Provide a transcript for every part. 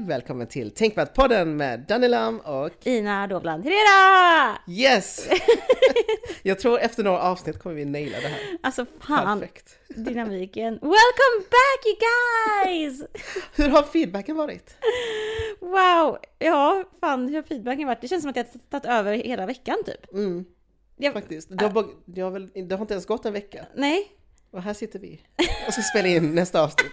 välkommen till Tänkvärt-podden med Danny Lam och Ina Dovland Herrera! Yes! Jag tror efter några avsnitt kommer vi naila det här. Alltså fan, perfekt. Dynamiken. Welcome back you guys! Hur har feedbacken varit? Wow, ja fan hur har feedbacken varit? Det känns som att jag har tagit över hela veckan typ. Faktiskt. Det har inte ens gått en vecka. Nej. Och här sitter vi och ska spela in nästa avsnitt.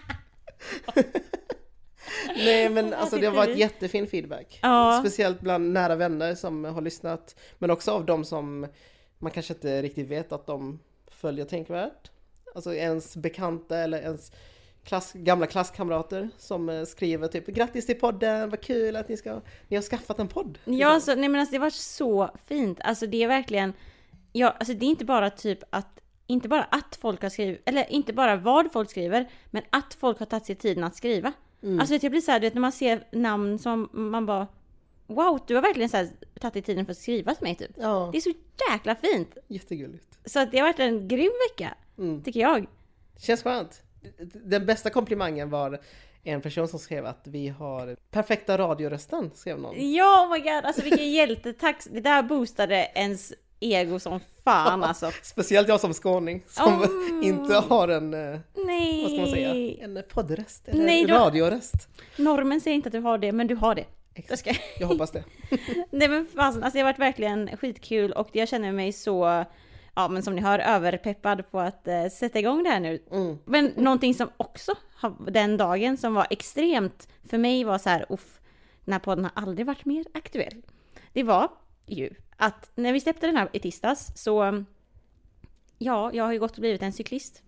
Nej men alltså det har varit jättefin feedback. Ja. Speciellt bland nära vänner som har lyssnat. Men också av de som man kanske inte riktigt vet att de följer Tänkvärt. Alltså ens bekanta eller ens gamla klasskamrater som skriver typ grattis till podden, vad kul att ni har skaffat en podd. Ja, så, nej men alltså det var så fint. Alltså det är verkligen, ja, alltså det är inte bara typ inte bara att folk har skrivit, eller inte bara vad folk skriver, men att folk har tagit sig tiden att skriva. Alltså jag blir så här, du vet, när man ser namn som man bara, wow, du har verkligen så här, tagit dig tiden för att skriva till mig typ. Ja. Det är så jäkla fint. Jättegulligt. Så att det har varit en grym vecka, tycker jag. Känns skönt. Den bästa komplimangen var en person som skrev att vi har perfekta radiorösten, skrev någon. Ja, oh my god, alltså vilken hjälte, tack. Det där boostade ens ego som fan alltså. Speciellt jag som skåning som inte har en, vad ska man säga, en poddröst eller radioröst. Normen säger inte att du har det, men du har det. Jag hoppas det. Nej men fasen, alltså det har varit verkligen skitkul och jag känner mig så, ja men som ni hör, överpeppad på att sätta igång det här nu. Men någonting som också den dagen som var extremt för mig var så här, den här podden har aldrig varit mer aktuell. Det var ju att när vi släppte den här i tisdags så, ja, jag har ju gått och blivit en cyklist.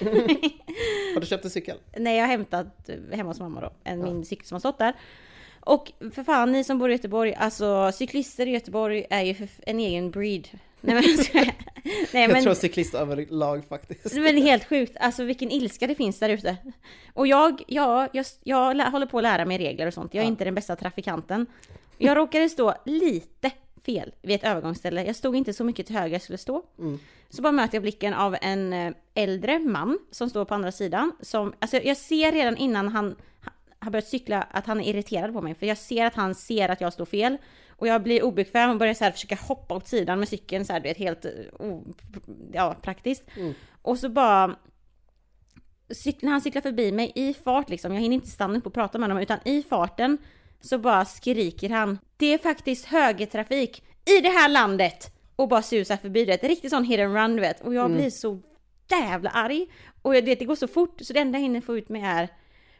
Har du köpt en cykel? Nej, jag har hämtat hemma hos mamma då, min cykel som har stått där. Och för fan, ni som bor i Göteborg, alltså cyklister i Göteborg är ju en egen breed. Jag tror cyklist överlag faktiskt. Men helt sjukt, alltså vilken ilska det finns där ute. Och jag håller på att lära mig regler och sånt. Jag är inte den bästa trafikanten. Jag råkade stå lite fel vid ett övergångsställe. Jag stod inte så mycket till höger jag skulle stå. Så bara möter jag blicken av en äldre man som står på andra sidan. Alltså jag ser redan innan han har börjat cykla att han är irriterad på mig. För jag ser att han ser att jag står fel. Och jag blir obekväm och börjar så här försöka hoppa åt sidan med cykeln. Så här, det är helt praktiskt. Och så bara när han cyklar förbi mig i fart liksom. Jag hinner inte stanna upp och prata med honom. Utan i farten så bara skriker han: det är faktiskt högertrafik i det här landet. Och bara susar förbi det. Riktigt sån hit and run, du vet. Och jag blir så jävla arg. Och jag vet, det går så fort. Så det enda jag hinner få ut mig är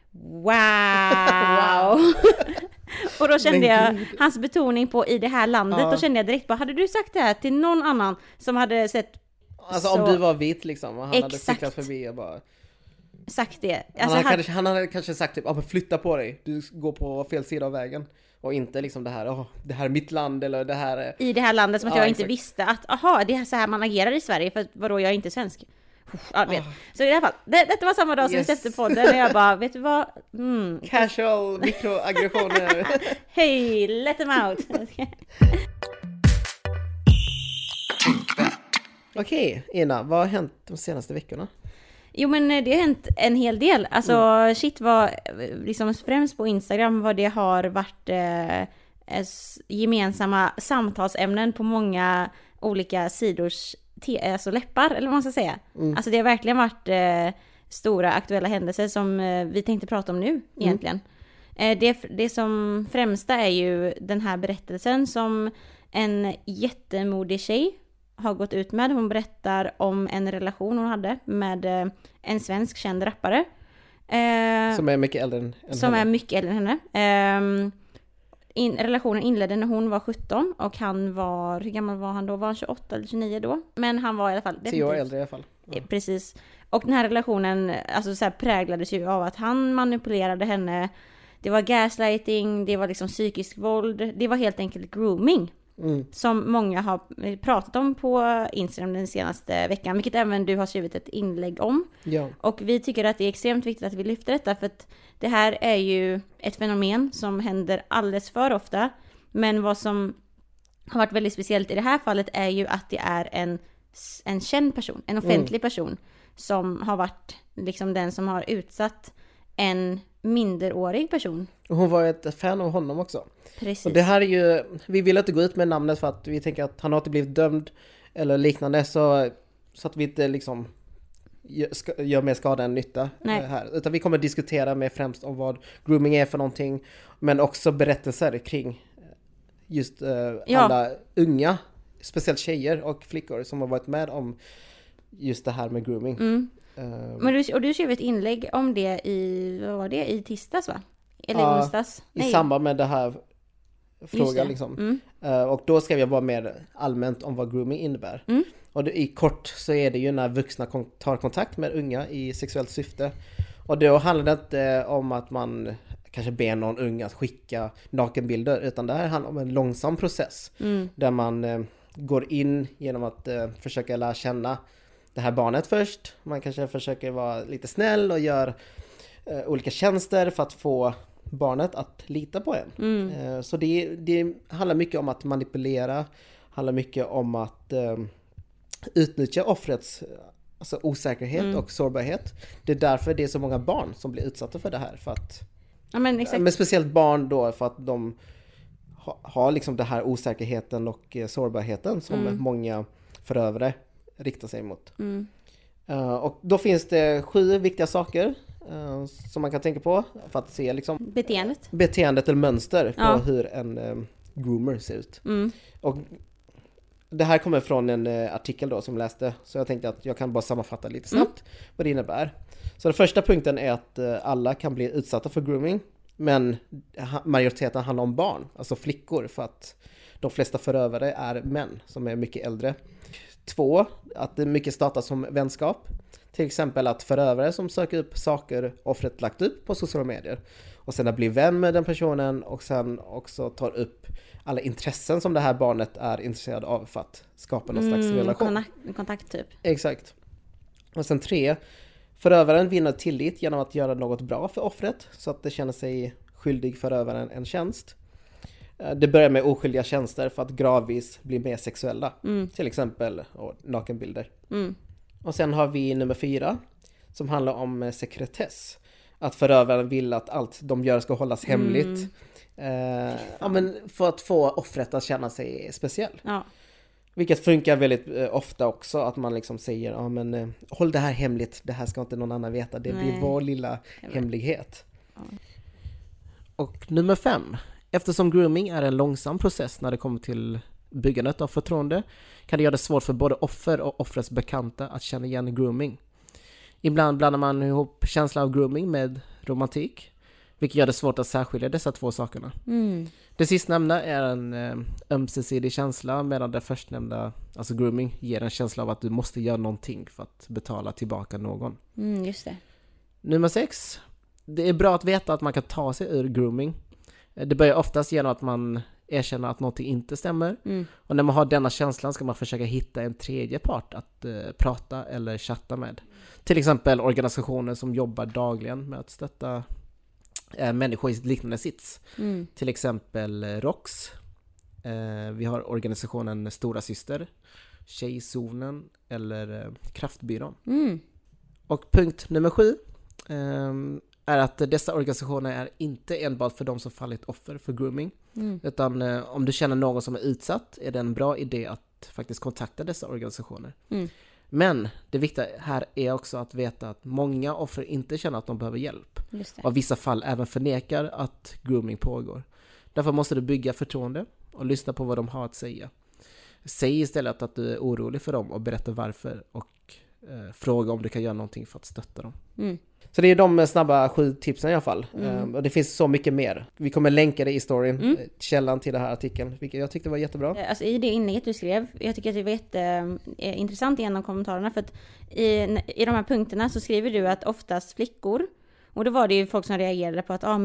wow. Och då kände jag hans betoning på i det här landet. Då kände jag direkt bara, hade du sagt det här till någon annan som hade sett, alltså så, om du var vit liksom och han hade cyklat förbi och bara sagt det. Alltså, han hade kanske sagt typ, flytta på dig, du går på fel sida av vägen. Och inte liksom det här är mitt land eller det här är... I det här landet, som att jag inte visste att det är så här man agerar i Sverige, för vadå, jag är inte svensk. Vet. Så i alla fall, detta var samma dag som vi släppte podden och jag bara, vet du vad? Casual mikroaggressioner. Hej, let them out. Okej, Ina, vad har hänt de senaste veckorna? Jo, men det har hänt en hel del. Alltså shit, vad liksom främst på Instagram vad det har varit gemensamma samtalsämnen på många olika sidors alltså läppar, eller vad man ska säga. Alltså det har verkligen varit stora aktuella händelser som vi tänkte prata om nu egentligen. Det som främsta är ju den här berättelsen som en jättemodig tjej har gått ut med. Hon berättar om en relation hon hade med en svensk känd rappare. Som är mycket äldre än henne. Som är mycket äldre än henne. Relationen inledde när hon var 17 och han var, hur gammal var han då? Var han 28 eller 29 då? Men han var i alla fall 10 år äldre i alla fall. Ja. Precis. Och den här relationen alltså så här, präglades ju av att han manipulerade henne. Det var gaslighting, det var liksom psykisk våld, det var helt enkelt grooming. Som många har pratat om på Instagram den senaste veckan, vilket även du har skrivit ett inlägg om. Ja. Och vi tycker att det är extremt viktigt att vi lyfter detta, för att det här är ju ett fenomen som händer alldeles för ofta. Men vad som har varit väldigt speciellt i det här fallet är ju att det är en känd person, en offentlig person som har varit liksom den som har utsatt en minderårig person. Och hon var ett fan av honom också. Precis. Och det här är ju, vi vill inte gå ut med namnet för att vi tänker att han har inte blivit dömd eller liknande, så att vi inte liksom gör mer skada än nytta här. Utan vi kommer diskutera med främst om vad grooming är för någonting, men också berättelser kring just alla unga, speciellt tjejer och flickor som har varit med om just det här med grooming. Men du skrev ett inlägg om det i tisdags, va? Eller onsdags? I samband med det här frågan liksom. Och då skrev jag bara mer allmänt om vad grooming innebär. Och i kort så är det ju när vuxna tar kontakt med unga i sexuellt syfte. Och då handlar det inte om att man kanske ber någon unga att skicka nakenbilder, utan det här handlar om en långsam process där man går in genom att försöka lära känna det här barnet först. Man kanske försöker vara lite snäll och gör olika tjänster för att få barnet att lita på en. Så det handlar mycket om att manipulera, handlar mycket om att utnyttja offrets osäkerhet och sårbarhet. Det är därför det är så många barn som blir utsatta för det här. För att, men speciellt barn då, för att de har liksom det här osäkerheten och sårbarheten som många förövare riktar sig mot. Och då finns det 7 viktiga saker som man kan tänka på för att se liksom beteendet eller mönster på hur en groomer ser ut. Och det här kommer från en artikel då som läste, så jag tänkte att jag kan bara sammanfatta lite snabbt vad det innebär. Så den första punkten är att alla kan bli utsatta för grooming, men majoriteten handlar om barn, alltså flickor, för att de flesta förövare är män som är mycket äldre. 2, att det mycket startar som vänskap. Till exempel att förövare som söker upp saker offret lagt upp på sociala medier och sen blir vän med den personen och sen också tar upp alla intressen som det här barnet är intresserad av för att skapa någon slags relation. Kontakt typ. Exakt. Och sen 3, förövaren vinner tillit genom att göra något bra för offret så att det känner sig skyldig förövaren en tjänst. Det börjar med oskyldiga tjänster för att gradvis bli mer sexuella. Till exempel nakenbilder. Och sen har vi nummer 4 som handlar om sekretess. Att förövaren vill att allt de gör ska hållas hemligt. Men för att få offret att känna sig speciell. Vilket funkar väldigt ofta också, att man liksom säger håll det här hemligt, det här ska inte någon annan veta, det blir vår lilla hemlighet. Och nummer 5, eftersom grooming är en långsam process när det kommer till byggandet av förtroende, kan det göra det svårt för både offer och offrets bekanta att känna igen grooming. Ibland blandar man ihop känsla av grooming med romantik, vilket gör det svårt att särskilja dessa 2 sakerna. Det sistnämnda är en ömsesidig känsla, medan det förstnämnda, alltså grooming, ger en känsla av att du måste göra någonting för att betala tillbaka någon. Just det. Nummer 6. Det är bra att veta att man kan ta sig ur grooming. Det börjar oftast genom att man erkänner att någonting inte stämmer. Och när man har denna känslan ska man försöka hitta en tredje part att prata eller chatta med. Till exempel organisationer som jobbar dagligen med att stötta människor i liknande sits. Till exempel ROX. Vi har organisationen Stora Syster, Tjejzonen eller Kraftbyrån. Och punkt nummer 7 är att dessa organisationer är inte enbart för de som fallit offer för grooming. Utan om du känner någon som är utsatt är det en bra idé att faktiskt kontakta dessa organisationer. Men det viktiga här är också att veta att många offer inte känner att de behöver hjälp. Och i vissa fall även förnekar att grooming pågår. Därför måste du bygga förtroende och lyssna på vad de har att säga. Säg istället att du är orolig för dem och berätta varför och fråga om du kan göra någonting för att stötta dem. Så det är de snabba 7 tipsen i alla fall. Och det finns så mycket mer. Vi kommer länka det i storyn, källan till den här artikeln, vilket jag tyckte var jättebra. Alltså i det inlägget du skrev, jag tycker att det var jätteintressant i en av kommentarerna, för att i de här punkterna så skriver du att oftast flickor, och då var det ju folk som reagerade på att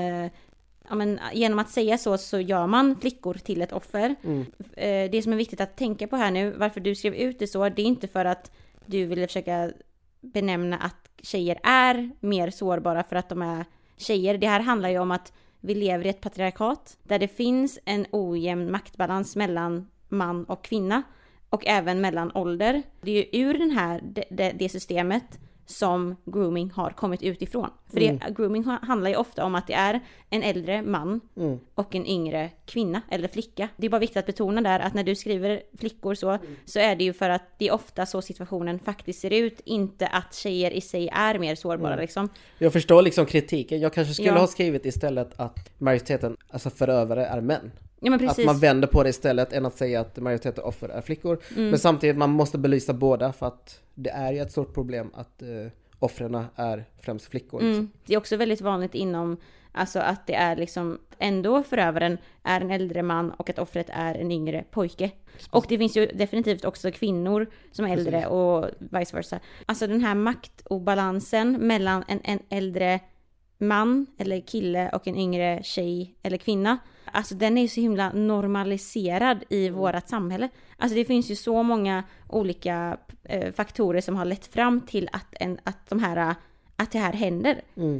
genom att säga så gör man flickor till ett offer. Det som är viktigt att tänka på här nu, varför du skrev ut det så, det är inte för att du ville försöka benämna att tjejer är mer sårbara för att de är tjejer. Det här handlar ju om att vi lever i ett patriarkat där det finns en ojämn maktbalans mellan man och kvinna och även mellan ålder. Det är ju ur det systemet som grooming har kommit utifrån. För grooming handlar ju ofta om att det är en äldre man och en yngre kvinna eller flicka. Det är bara viktigt att betona där att när du skriver flickor så är det ju för att det är ofta så situationen faktiskt ser ut, inte att tjejer i sig är mer sårbara liksom. Jag förstår liksom kritiken. Jag kanske skulle ha skrivit istället att majoriteten, alltså förövare, är män. Ja, men precis. Att man vänder på det istället än att säga att majoriteten offer är flickor. Men samtidigt man måste belysa båda, för att det är ju ett stort problem att offren är främst flickor. Liksom. Det är också väldigt vanligt inom, alltså att det är liksom ändå förövaren är en äldre man och att offret är en yngre pojke. Och det finns ju definitivt också kvinnor som är äldre och vice versa. Alltså den här maktobalansen mellan en äldre man eller kille och en yngre tjej eller kvinna. Alltså den är ju så himla normaliserad i vårat samhälle. Alltså det finns ju så många olika faktorer som har lett fram till att det här händer.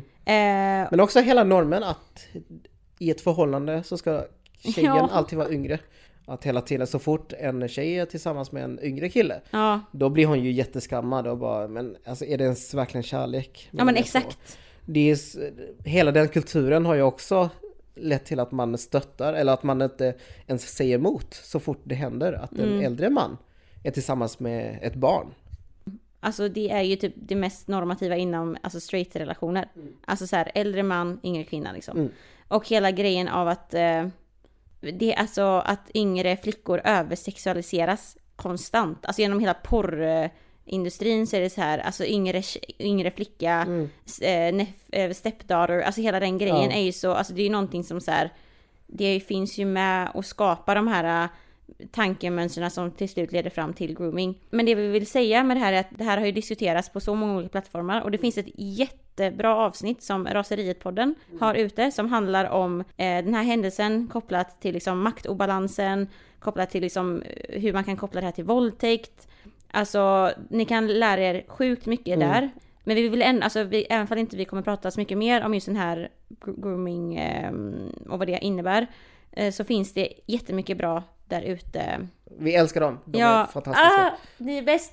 Men också hela normen att i ett förhållande så ska tjejen alltid vara yngre. Att hela tiden så fort en tjej är tillsammans med en yngre kille, då blir hon ju jätteskammad och bara, men alltså är det ens verkligen kärlek? Ja, men exakt. Hela den kulturen har ju också lett till att man stöttar, eller att man inte ens säger emot så fort det händer att en äldre man är tillsammans med ett barn. Alltså det är ju typ det mest normativa inom alltså straight-relationer. Alltså så här, äldre man, yngre kvinna liksom. Och hela grejen av att det är alltså att yngre flickor översexualiseras konstant. Alltså genom hela porrindustrin så är det så här, alltså yngre flicka, stepdaughter, alltså hela den grejen är ju så, alltså det är ju någonting som så här, det finns ju med och skapar de här tankemönsterna som till slut leder fram till grooming. Men det vi vill säga med det här är att det här har ju diskuterats på så många olika plattformar, och det finns ett jättebra avsnitt som Raseriet-podden har ute som handlar om den här händelsen kopplat till liksom maktobalansen, kopplat till liksom hur man kan koppla det här till våldtäkt. Alltså ni kan lära er sjukt mycket där. Men vi vill även om inte vi kommer prata så mycket mer om just den här grooming och vad det innebär, så finns det jättemycket bra där ute. Vi älskar dem. De är fantastiska. Ni är bäst.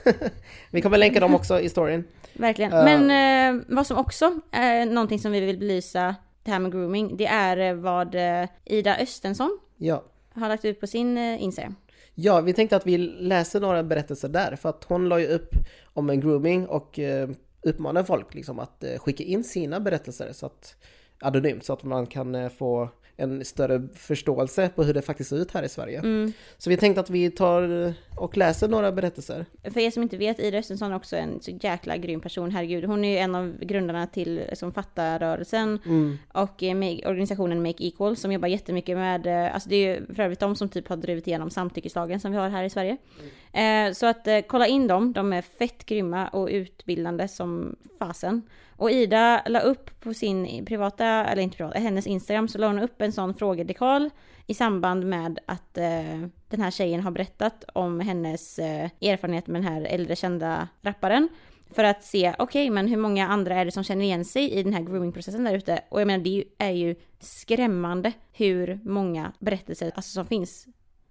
Vi kommer länka dem också i storyn. Verkligen. Men vad som också är någonting som vi vill belysa det här med grooming, det är vad Ida Östensson har lagt ut på sin Instagram. Ja, vi tänkte att vi läser några berättelser där, för att hon la ju upp om en grooming och uppmanar folk liksom att skicka in sina berättelser så att, anonymt, så att man kan få en större förståelse på hur det faktiskt ser ut här i Sverige. Så vi tänkte att vi tar och läser några berättelser. För er som inte vet, Ida Östensson är också en så jäkla grym person, herregud. Hon är ju en av grundarna till som Fatta-rörelsen och organisationen Make Equal, som jobbar jättemycket med, alltså det är ju för övrigt de som typ har drivit igenom samtyckeslagen som vi har här i Sverige. Så att kolla in dem, de är fett grymma och utbildande som fasen. Och Ida la upp på sin privata, eller inte privata, hennes Instagram, så la hon upp en sån frågedekal i samband med att den här tjejen har berättat om hennes erfarenhet med den här äldre kända rapparen. För att se, okej, men hur många andra är det som känner igen sig i den här groomingprocessen där ute? Och jag menar, det är ju skrämmande hur många berättelser alltså, som finns.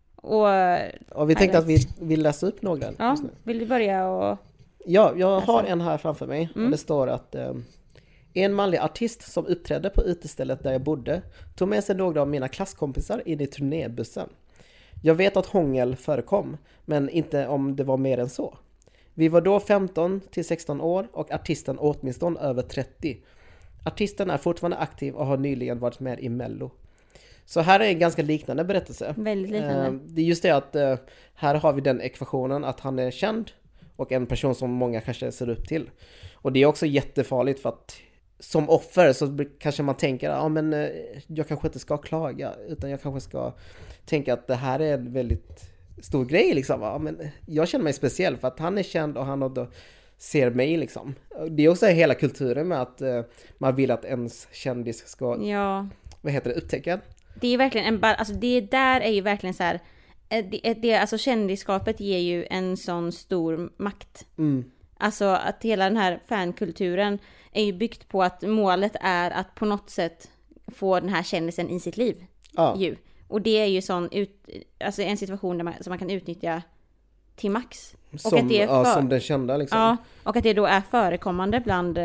Och vi tänkte att vi vill läsa upp några. Ja, vill du börja och... Ja, jag har en här framför mig och det står att en manlig artist som uppträdde på utestället där jag bodde tog med sig några av mina klasskompisar in i turnébussen. Jag vet att hångel förekom, men inte om det var mer än så. Vi var då 15 till 16 år och artisten åtminstone över 30. Artisten är fortfarande aktiv och har nyligen varit med i Mello. Så här är en ganska liknande berättelse. Väldigt liknande. Det är just det att här har vi den ekvationen att han är känd och en person som många kanske ser upp till. Och det är också jättefarligt, för att som offer så kanske man tänker jag kanske inte ska klaga, utan jag kanske ska tänka att det här är en väldigt stor grej liksom. Ja, men jag känner mig speciell för att han är känd och han då ser mig liksom. Det är också hela kulturen med att man vill att ens kändis ska upptäcka. Det är verkligen alltså det där är ju verkligen så här. Alltså kändisskapet ger ju en sån stor makt. Alltså att hela den här fankulturen är ju byggt på att målet är att på något sätt få den här kändisen i sitt liv. Och det är ju en situation där som man kan utnyttja till max. Som, att det är som den kända liksom. Ja, och att det då är förekommande bland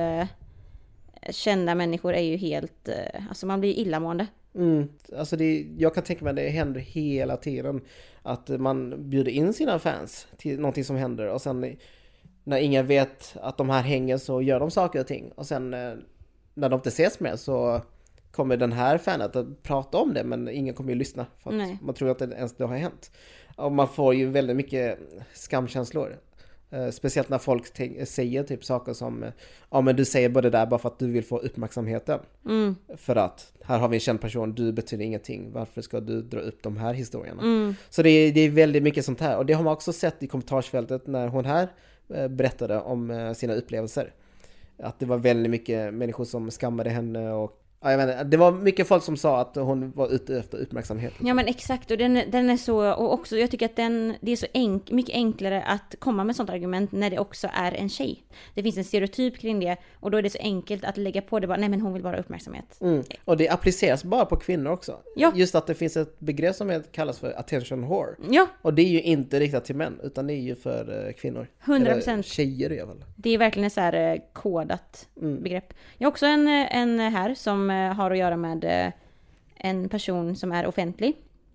kända människor är ju helt, alltså man blir illamående. Alltså jag kan tänka mig att det händer hela tiden att man bjuder in sina fans till någonting som händer och sen när ingen vet att de här hänger så gör de saker och ting och sen när de inte ses med så kommer den här fanet att prata om det men ingen kommer ju lyssna för att man tror att det ens det har hänt. Och man får ju väldigt mycket skamkänslor. Speciellt när folk säger typ saker som ja men du säger bara det där bara för att du vill få uppmärksamheten. För att här har vi en känd person, du betyder ingenting. Varför ska du dra upp de här historierna? Så det är väldigt mycket sånt här. Och det har man också sett i kommentarsfältet när hon här berättade om sina upplevelser. Att det var väldigt mycket människor som skammade henne och ja, jag vet inte, det var mycket folk som sa att hon var ute efter uppmärksamhet. Ja men exakt, och den är så, och också jag tycker att det är så mycket enklare att komma med sånt argument när det också är en tjej. Det finns en stereotyp kring det och då är det så enkelt att lägga på det bara, nej men hon vill bara uppmärksamhet. Och det appliceras bara på kvinnor också. Ja. Just att det finns ett begrepp som kallas för attention whore. Ja. Och det är ju inte riktat till män utan det är ju för kvinnor. 100%. Eller tjejer i alla fall. Det är verkligen ett så här kodat begrepp. Jag har också en här som har att göra med en person som är offentlig.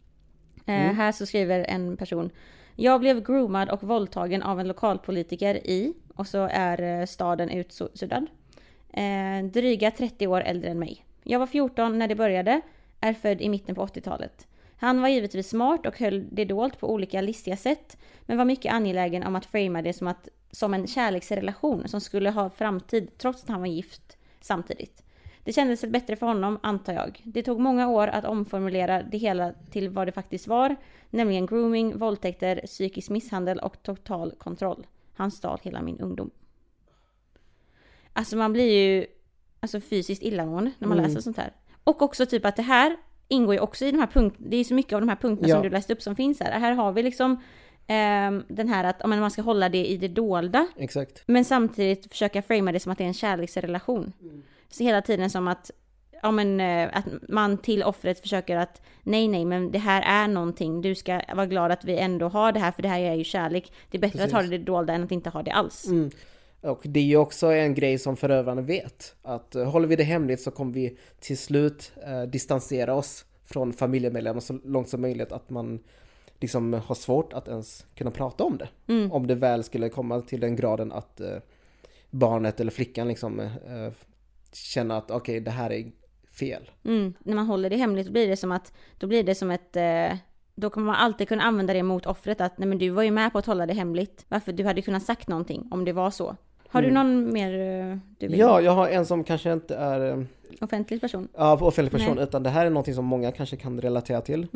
Här så skriver en person: jag blev groomad och våldtagen av en lokalpolitiker och så är staden utsuddad. Dryga 30 år äldre än mig. Jag var 14 när det började, är född i mitten på 80-talet. Han var givetvis smart och höll det dolt på olika listiga sätt, men var mycket angelägen om att framea det som en kärleksrelation som skulle ha framtid trots att han var gift samtidigt. Det kändes bättre för honom, antar jag. Det tog många år att omformulera det hela till vad det faktiskt var, nämligen grooming, våldtäkter, psykisk misshandel och total kontroll. Han stal hela min ungdom. Alltså man blir ju fysiskt illamående när man läser sånt här. Och också typ att det här ingår ju också i de här punkterna. Det är så mycket av de här punkterna som du läste upp som finns här. Här har vi liksom den här att man ska hålla det i det dolda. Exakt. Men samtidigt försöka framea det som att det är en kärleksrelation. Så hela tiden som att att man till offret försöker att nej men det här är någonting, du ska vara glad att vi ändå har det här för det här är ju kärlek. Det är bättre att ha det dolda än att inte ha det alls. Och det är ju också en grej som förövarna vet, att håller vi det hemligt så kommer vi till slut distansera oss från familjemedlemmar så långt som möjligt, att man liksom har svårt att ens kunna prata om det. Om det väl skulle komma till den graden att barnet eller flickan liksom känna att okej, det här är fel. När man håller det hemligt då blir det som ett då kommer man alltid kunna använda det mot offret att nej men du var ju med på att hålla det hemligt. Varför du hade kunnat sagt någonting om det var så. Har du någon mer du vill? Ja, jag har en som kanske inte är offentlig person. Ja, offentlig person, utan det här är någonting som många kanske kan relatera till.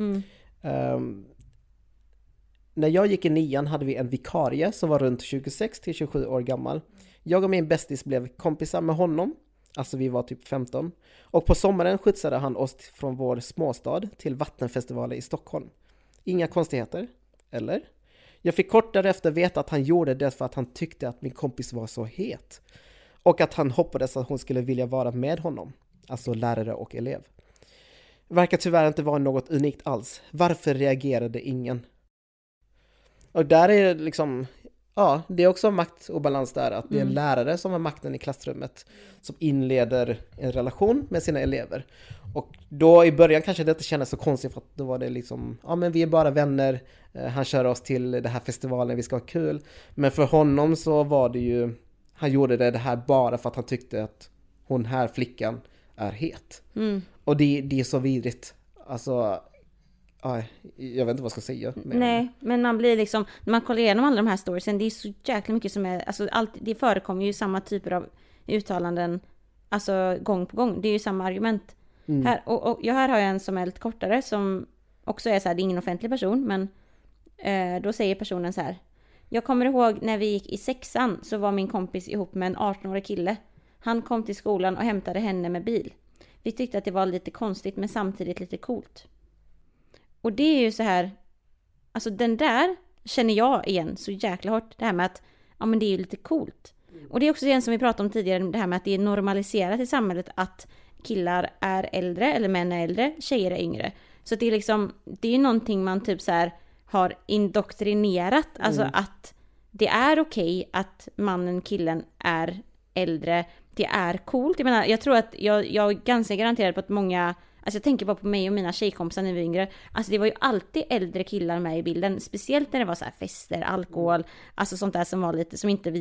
När jag gick i 9:an hade vi en vikarie som var runt 26 till 27 år gammal. Jag och min bästis blev kompisar med honom. Alltså vi var typ 15. Och på sommaren skjutsade han oss från vår småstad till vattenfestivaler i Stockholm. Inga konstigheter, eller? Jag fick kort därefter veta att han gjorde det för att han tyckte att min kompis var så het. Och att han hoppades att hon skulle vilja vara med honom. Alltså lärare och elev. Verkar tyvärr inte vara något unikt alls. Varför reagerade ingen? Och där är det liksom... Ja, det är också makt och balans där. Att det är en lärare som har makten i klassrummet. Som inleder en relation med sina elever. Och då i början kanske det inte kändes så konstigt. För att då var det liksom, ja men vi är bara vänner. Han kör oss till den här festivalen, vi ska ha kul. Men för honom så var det ju, han gjorde det här bara för att han tyckte att hon här flickan är het. Och det är så vidrigt. Alltså... jag vet inte vad jag ska säga. Nej, men man blir liksom, när man kollar igenom alla de här storiesen, det är så jäkla mycket som är, alltså det förekommer ju samma typer av uttalanden, alltså gång på gång. Det är ju samma argument. Här, och här har jag en som är lite kortare, som också är så här, det är ingen offentlig person, men då säger personen så här: jag kommer ihåg när vi gick i 6:an så var min kompis ihop med en 18-årig kille. Han kom till skolan och hämtade henne med bil. Vi tyckte att det var lite konstigt men samtidigt lite coolt. Och det är ju så här, alltså den där känner jag igen så jäkla hårt. Det här med att, ja men det är ju lite coolt. Och det är också det som vi pratade om tidigare, det här med att det är normaliserat i samhället att killar är äldre, eller män är äldre, tjejer är yngre. Så det är liksom, det är någonting man typ så här har indoktrinerat, alltså att det är okej att mannen, killen är äldre. Det är coolt. Jag menar, jag tror att jag är ganska garanterad på att många, alltså jag tänker bara på mig och mina tjejkompisar när vi var yngre. Alltså det var ju alltid äldre killar med i bilden. Speciellt när det var så här fester, alkohol, alltså sånt där som var lite, som inte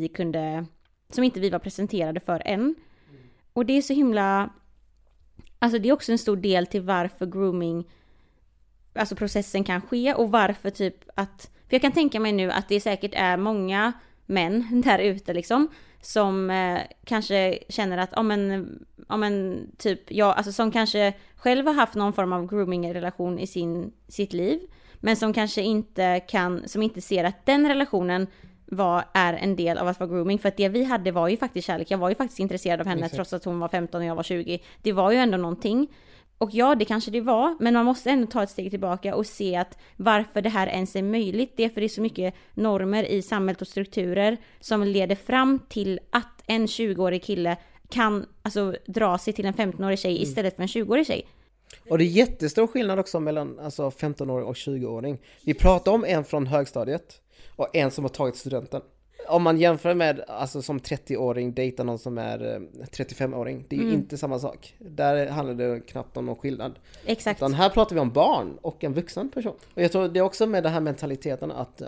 vi var presenterade för än. Och det är så himla, alltså det är också en stor del till varför grooming, alltså processen kan ske och varför typ att, för jag kan tänka mig nu att det säkert är många män där ute liksom som kanske känner att typ jag, alltså som kanske själv har haft någon form av grooming-relation i sitt liv, men som kanske inte som inte ser att den relationen är en del av att vara grooming, för att det vi hade var ju faktiskt kärlek. Jag var ju faktiskt intresserad av henne trots att hon var 15 och jag var 20. Det var ju ändå någonting. Och ja, det kanske det var, men man måste ändå ta ett steg tillbaka och se att varför det här ens är möjligt. Det är för det är så mycket normer i samhället och strukturer som leder fram till att en 20-årig kille kan alltså dra sig till en 15-årig tjej istället för en 20-årig tjej. Och det är jättestor skillnad också mellan alltså 15-åring och 20-åring. Vi pratar om en från högstadiet och en som har tagit studenten. Om man jämför med alltså som 30-åring dejtar någon som är 35-åring, det är ju inte samma sak. Där handlar det knappt om någon skillnad. Exakt. Utan här pratar vi om barn och en vuxen person. Och jag tror det är också med den här mentaliteten att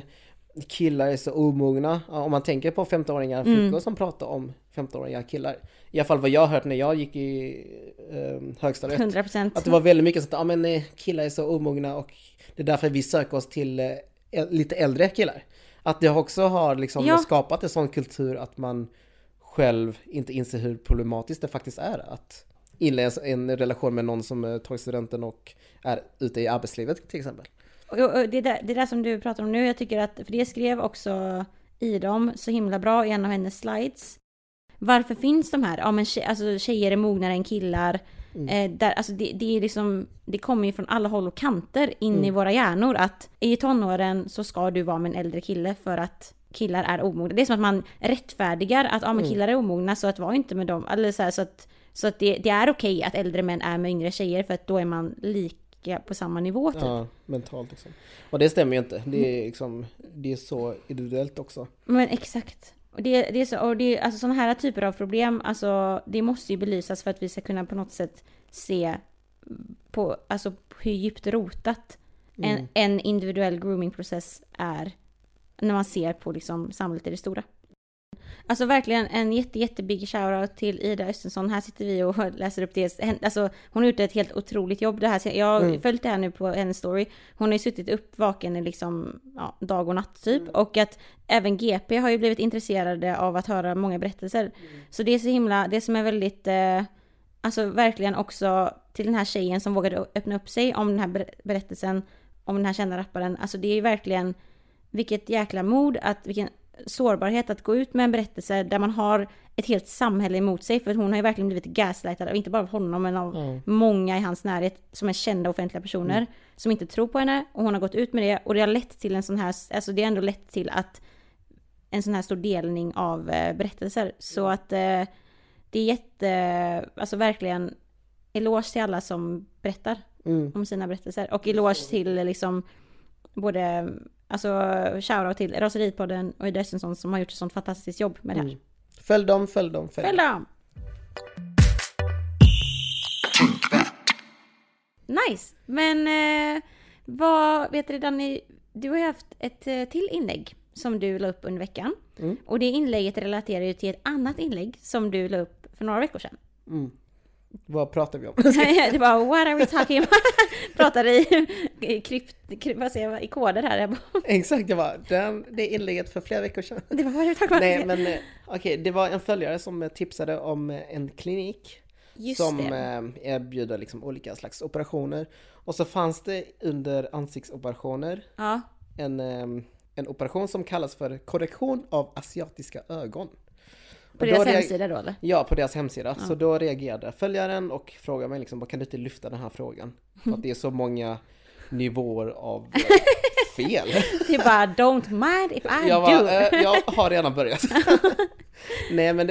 killar är så omogna. Om man tänker på 15-åringar flickor som pratar om 15-åriga killar. I alla fall vad jag har hört när jag gick i högstadiet. 100%. Att det var väldigt mycket så att killar är så omogna och det är därför vi söker oss till lite äldre killar. Att det också har liksom skapat en sån kultur att man själv inte inser hur problematiskt det faktiskt är att inleda en relation med någon som tagit studenten och är ute i arbetslivet till exempel. Och det där som du pratar om nu, jag tycker att, för det skrev också Idom så himla bra i en av hennes slides. Varför finns de här? Ja, men tjejer är mognare än killar. Där, alltså det är liksom, det kommer ju från alla håll och kanter in i våra hjärnor att i tonåren så ska du vara med en äldre kille för att killar är omogna. Det är som att man rättfärdigar att men killar är omogna så att var inte med dem. Eller så att det är okej att äldre män är med yngre tjejer för att då är man lika på samma nivå typ. Ja, mentalt liksom. Och det stämmer ju inte. Det är liksom, det är så individuellt också. Men exakt. Och det är så, och det alltså sådana här typer av problem, alltså det måste ju belysas för att vi ska kunna på något sätt se på alltså hur djupt rotat en individuell groomingprocess är när man ser på liksom samhället i det stora. Alltså verkligen en jättebig shoutout till Ida Östensson. Här sitter vi och läser upp det. Alltså, hon har gjort ett helt otroligt jobb. Jag har följt det här nu på hennes story. Hon har ju suttit upp vaken i liksom, dag och natt typ. Och att även GP har ju blivit intresserade av att höra många berättelser. Så det är så himla, det som är väldigt, alltså verkligen också till den här tjejen som vågade öppna upp sig om den här berättelsen, om den här kända rapparen. Alltså det är ju verkligen, vilket jäkla mod, vilken sårbarhet att gå ut med en berättelse där man har ett helt samhälle emot sig, för hon har ju verkligen blivit gaslightad, inte bara av honom men av många i hans närhet som är kända offentliga personer som inte tror på henne, och hon har gått ut med det och det har lett till en sån här, alltså det har ändå lett till att en sån här stor delning av berättelser, så att det är alltså verkligen eloge till alla som berättar om sina berättelser, och eloge till liksom både alltså shoutout till Raseritpodden och Ida Östensson som har gjort ett sånt fantastiskt jobb med det här. Följ dem. Nice. Men vad vet du, Danny, du har ju haft ett till inlägg som du la upp under veckan. Och det inlägget relaterar ju till ett annat inlägg som du la upp för några veckor sedan. Vad pratar vi om? Det var what are we talking about? Pratade i koder här. Exakt, det inlägget för flera veckor sedan. Det var what are we talking about? Nej, men okej, det var en följare som tipsade om en klinik som erbjuder liksom olika slags operationer. Och så fanns det under ansiktsoperationer en operation som kallas för korrektion av asiatiska ögon. På deras hemsida då eller? Ja, på deras hemsida. Så då reagerade följaren och frågade mig liksom, kan du inte lyfta den här frågan? För att det är så många nivåer av fel. Det är bara, don't mind if I do. Jag har redan börjat. Nej, men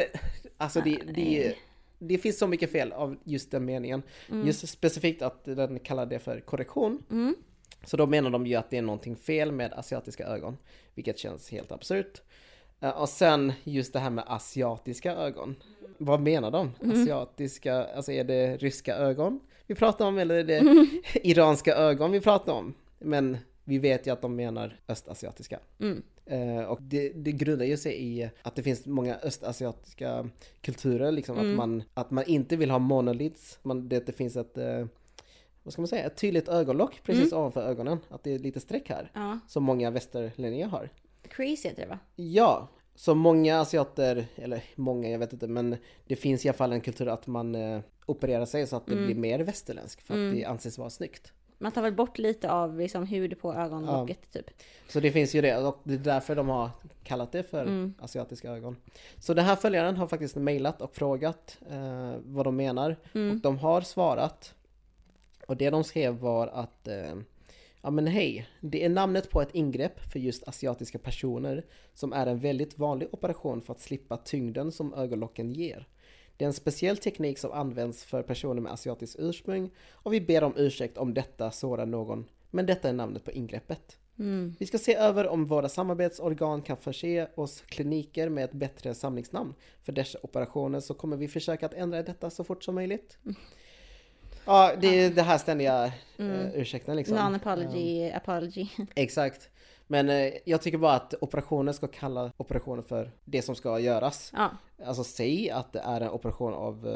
det finns så mycket fel av just den meningen. Just specifikt att den kallar det för korrektion. Så då menar de ju att det är någonting fel med asiatiska ögon, vilket känns helt absurt. Och sen just det här med asiatiska ögon. Vad menar de? Asiatiska, alltså är det ryska ögon vi pratar om eller är det iranska ögon vi pratar om? Men vi vet ju att de menar östasiatiska. Och det grundar ju sig i att det finns många östasiatiska kulturer liksom, att man inte vill ha monolits, det finns ett vad ska man säga, ett tydligt ögonlock precis ovanför ögonen, att det är lite streck här som många västerlänningar har. Crazy heter det va? Ja, så många asiater, eller många, jag vet inte, men det finns i alla fall en kultur att man opererar sig så att det blir mer västerländsk för att det anses vara snyggt. Man tar väl bort lite av liksom hud på ögonlocket typ. Så det finns ju det, och det är därför de har kallat det för asiatiska ögon. Så den här följaren har faktiskt mejlat och frågat vad de menar. Och de har svarat. Och det de skrev var att ja men hej, det är namnet på ett ingrepp för just asiatiska personer som är en väldigt vanlig operation för att slippa tyngden som ögonlocken ger. Det är en speciell teknik som används för personer med asiatiskt ursprung och vi ber om ursäkt om detta sårar någon, men detta är namnet på ingreppet. Vi ska se över om våra samarbetsorgan kan förse oss kliniker med ett bättre samlingsnamn för dessa operationer, så kommer vi försöka att ändra detta så fort som möjligt. Ja, det är det här ständiga ursäkten liksom. Non-apology, apology. Exakt. Men jag tycker bara att operationer ska kalla operationer för det som ska göras. Ja. Alltså säg att det är en operation av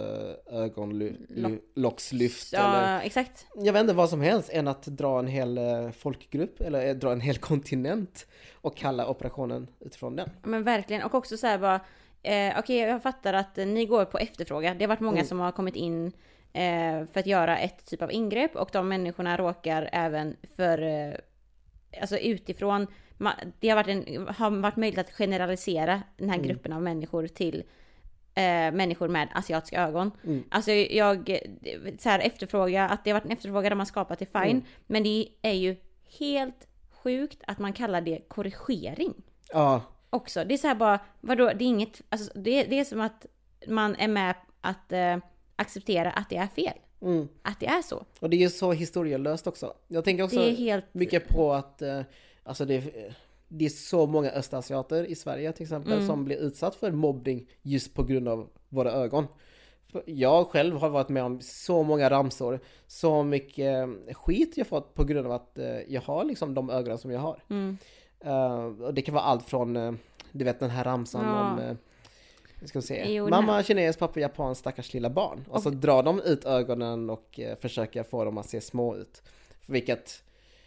ögonlockslyft. Ja, eller, exakt. jag vet inte vad som helst än att dra en hel folkgrupp eller dra en hel kontinent och kalla operationen utifrån den. Men verkligen. Och också så här bara, okej, jag fattar att ni går på efterfråga. Det har varit många som har kommit in för att göra ett typ av ingrepp, och de människorna råkar även för alltså utifrån, det har varit möjligt att generalisera den här gruppen av människor till människor med asiatiska ögon. Alltså jag så här efterfråga, att det har varit en efterfrågan där man skapat det fine, men det är ju helt sjukt att man kallar det korrigering. Ja. Också, det är så här bara, vadå, det är inget, alltså det är som att man är med att acceptera att det är fel. Att det är så. Och det är ju så historielöst också. Jag tänker också mycket på att alltså det är så många östasiater i Sverige till exempel som blir utsatt för mobbning just på grund av våra ögon. Jag själv har varit med om så många ramsor, så mycket skit jag fått på grund av att jag har liksom de ögonen som jag har. Och det kan vara allt från du vet den här ramsan om ska vi se. Mamma kines, pappa japan, stackars lilla barn. Och så drar de ut ögonen och försöker få dem att se små ut. Vilket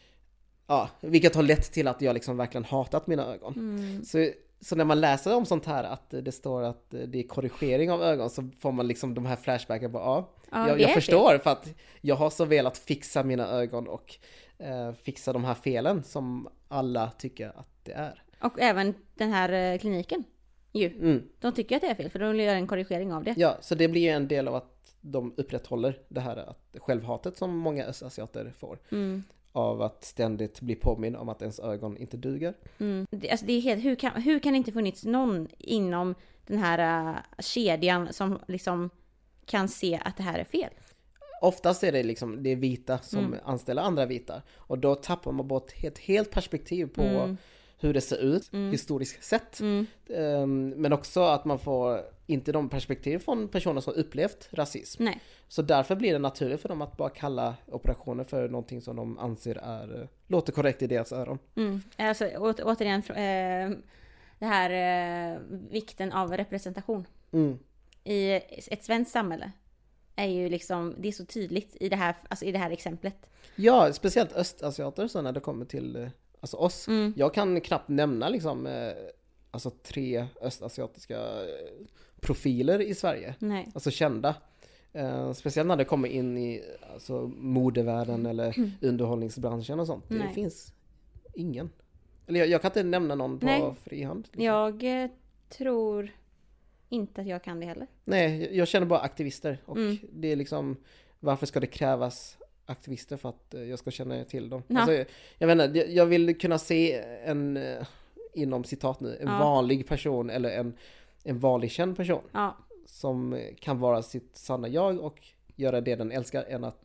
har lett till att jag liksom verkligen hatat mina ögon. Så när man läser om sånt här, att det står att det är korrigering av ögon, så får man liksom de här flashbacken på jag förstår, för att jag har så velat fixa mina ögon och fixa de här felen som alla tycker att det är. Och även den här kliniken. De tycker att det är fel, för de vill göra en korrigering av det. Ja, så det blir ju en del av att de upprätthåller det här självhatet som många östasiater får. Av att ständigt bli påminn om att ens ögon inte duger. Alltså det är helt, hur kan det inte funnits någon inom den här kedjan som liksom kan se att det här är fel? Oftast är det liksom det är vita som anställer andra vita. Och då tappar man bort ett helt perspektiv på hur det ser ut historiskt sett. Men också att man får inte de perspektiv från personer som upplevt rasism. Nej. Så därför blir det naturligt för dem att bara kalla operationer för någonting som de anser låter korrekt i deras öron. Alltså återigen det här vikten av representation i ett svenskt samhälle är ju liksom, det är så tydligt i det här exemplet. Ja, speciellt östasiater så när det kommer till alltså oss. Jag kan knappt nämna liksom alltså 3 östasiatiska profiler i Sverige. Nej. Alltså kända. Speciellt när det kommer in i alltså modevärlden eller underhållningsbranschen och sånt. Det finns ingen. Eller jag kan inte nämna någon på frihand. Liksom. Jag tror inte att jag kan det heller. Nej, jag känner bara aktivister. Och det är liksom, varför ska det krävas aktivister för att jag ska känna till dem? Alltså, jag vet inte, jag vill kunna se en, inom citat nu, en vanlig person eller en vanlig känd person som kan vara sitt sanna jag och göra det den älskar, än att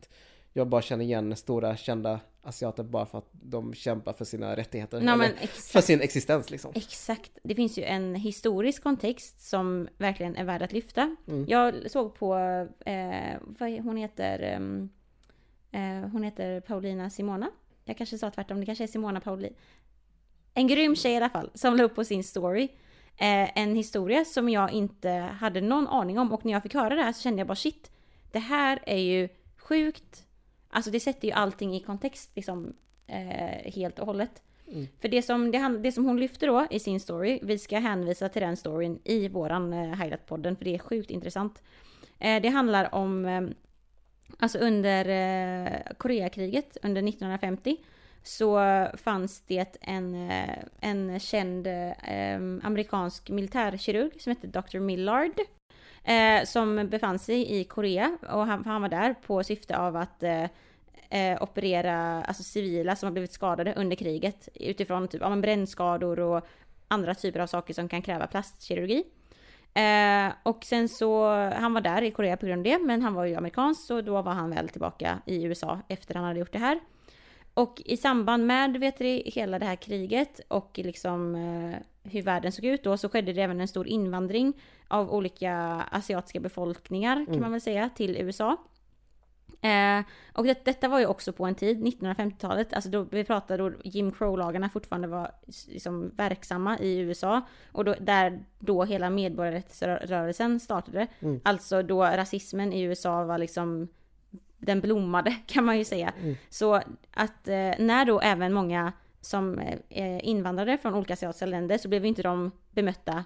jag bara känner igen stora kända asiater bara för att de kämpar för sina rättigheter. Ja, eller för sin existens liksom. Exakt. Det finns ju en historisk kontext som verkligen är värd att lyfta. Jag såg på, hon heter Paulina Simona. Jag kanske sa tvärtom, det kanske är Simona Pauli. En grym tjej i alla fall, som la upp på sin story. En historia som jag inte hade någon aning om. Och när jag fick höra det här så kände jag bara shit, det här är ju sjukt. Alltså det sätter ju allting i kontext liksom, helt och hållet. För det som hon lyfter då i sin story, vi ska hänvisa till den storyn i våran Highlight-podden, för det är sjukt intressant. Det handlar om, alltså under Koreakriget, under 1950, så fanns det en känd amerikansk militärkirurg som hette Dr. Millard, som befann sig i Korea, och han var där på syfte av att operera alltså civila som har blivit skadade under kriget utifrån typ brännskador och andra typer av saker som kan kräva plastkirurgi. Och sen så, han var där i Korea på grund av det, men han var ju amerikansk, så då var han väl tillbaka i USA efter han hade gjort det här. Och i samband med hela det här kriget och liksom hur världen såg ut då, så skedde det även en stor invandring av olika asiatiska befolkningar kan man väl säga till USA. Och detta var ju också på en tid, 1950-talet, alltså då vi pratade då Jim Crow-lagarna fortfarande var liksom verksamma i USA, och då hela medborgarrättsrörelsen startade. Alltså då rasismen i USA var liksom, den blommade kan man ju säga. Så att när då även många som invandrade från olika asiatiska länder, så blev inte de bemötta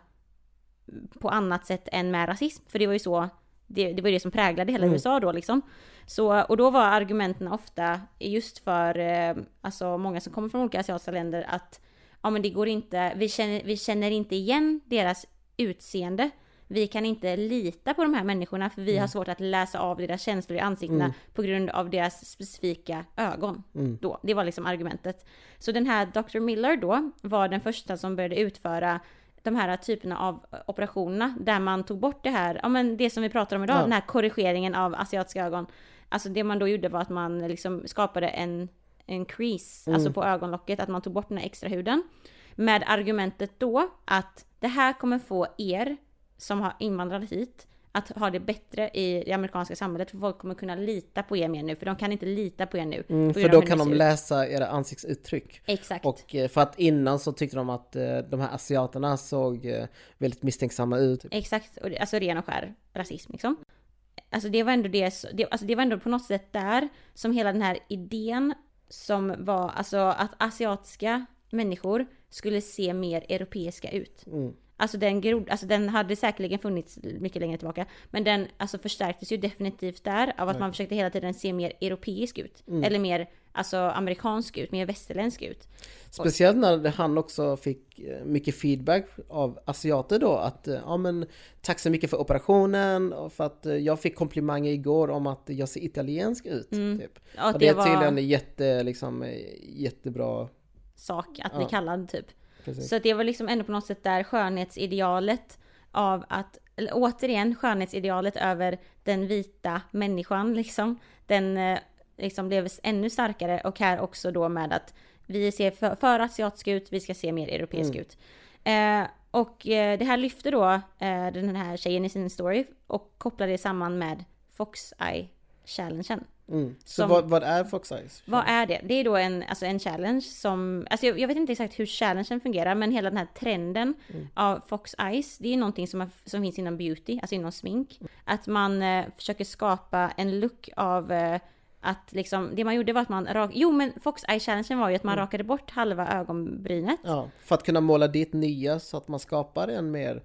på annat sätt än med rasism, för det var ju så det var ju det som präglade hela USA då liksom. Så, och då var argumenten ofta just för alltså många som kommer från olika asiatiska länder att ja, men det går inte, vi känner inte igen deras utseende. Vi kan inte lita på de här människorna, för vi har svårt att läsa av deras känslor i ansiktena på grund av deras specifika ögon. Då. Det var liksom argumentet. Så den här Dr. Miller då var den första som började utföra de här typerna av operationerna där man tog bort det här, ja men det som vi pratar om idag, den här korrigeringen av asiatiska ögon. Alltså det man då gjorde var att man liksom skapade en crease, alltså på ögonlocket, att man tog bort den här extra huden. Med argumentet då att det här kommer få er som har invandrat hit att ha det bättre i det amerikanska samhället, för folk kommer kunna lita på er mer nu, för de kan inte lita på er nu. För då kan de läsa era ansiktsuttryck. Exakt. Och för att innan så tyckte de att de här asiaterna såg väldigt misstänksamma ut. Exakt, och alltså ren och skär rasism liksom. Alltså det var ändå det var ändå på något sätt där som hela den här idén som var alltså att asiatiska människor skulle se mer europeiska ut. Alltså den hade säkerligen funnits mycket längre tillbaka, men den alltså förstärktes ju definitivt där av att man försökte hela tiden se mer europeisk ut eller mer alltså amerikansk ut, mer västerländsk ut. Speciellt när han också fick mycket feedback av asiater då, att ja men tack så mycket för operationen, och för att jag fick komplimanger igår om att jag ser italiensk ut typ. Och det är tydligen jättebra sak att bli kallad typ. Precis. Så det var liksom ändå på något sätt där skönhetsidealet av att, eller återigen skönhetsidealet över den vita människan liksom, den liksom blev ännu starkare, och här också då med att vi ser för asiatisk ut, vi ska se mer europeisk ut. Och det här lyfter då den här tjejen i sin story och kopplar det samman med Fox Eye Challengen. Så vad är Fox Eyes? Vad är det? Det är då en challenge som, alltså jag vet inte exakt hur challengen fungerar, men hela den här trenden av Fox Eyes, det är någonting som finns inom beauty, alltså inom smink. Att man försöker skapa en look av att liksom, det man gjorde var att man Fox Eye Challengen var ju att man rakade bort halva ögonbrynet. Ja, för att kunna måla dit nya så att man skapar en mer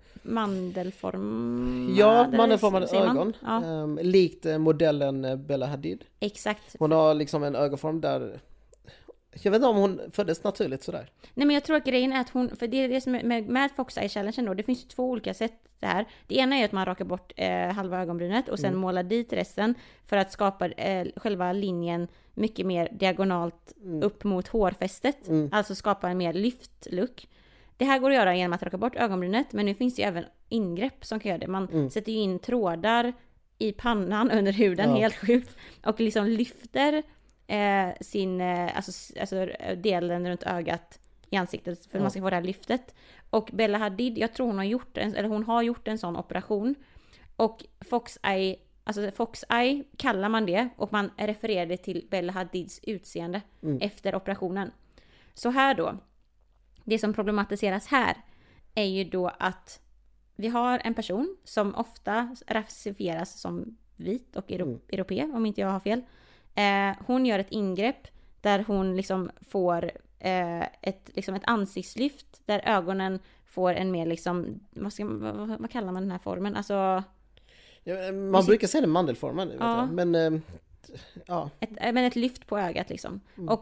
mandelformade ögon. Ja. Likt modellen Bella Hadid. Exakt. Hon har liksom en ögonform där, jag vet inte om hon föddes naturligt sådär. Nej, men jag tror att grejen är att hon, för det är det som är med Fox Eye Challengen då, det finns ju 2 olika sätt där. Det ena är att man rakar bort halva ögonbrynet och sen målar dit resten för att skapa själva linjen mycket mer diagonalt upp mot hårfästet. Alltså skapa en mer lyft-look. Det här går att göra genom att raka bort ögonbrynet, men nu finns det ju även ingrepp som kan göra det. Man sätter ju in trådar i pannan under huden, helt sjukt. Och liksom lyfter sin, alltså delen runt ögat i ansiktet för att man ska få det här lyftet. Och Bella Hadid, jag tror hon har gjort en sån operation. Och Fox Eye kallar man det, och man refererade till Bella Hadids utseende efter operationen. Så här då, det som problematiseras här är ju då att vi har en person som ofta rasifieras som vit och europé, om inte jag har fel. Hon gör ett ingrepp där hon liksom får ett ansiktslyft där ögonen får en mer liksom, vad kallar man den här formen? Alltså, man brukar säga den mandelformen, vet jag. Men ett lyft på ögat liksom. Och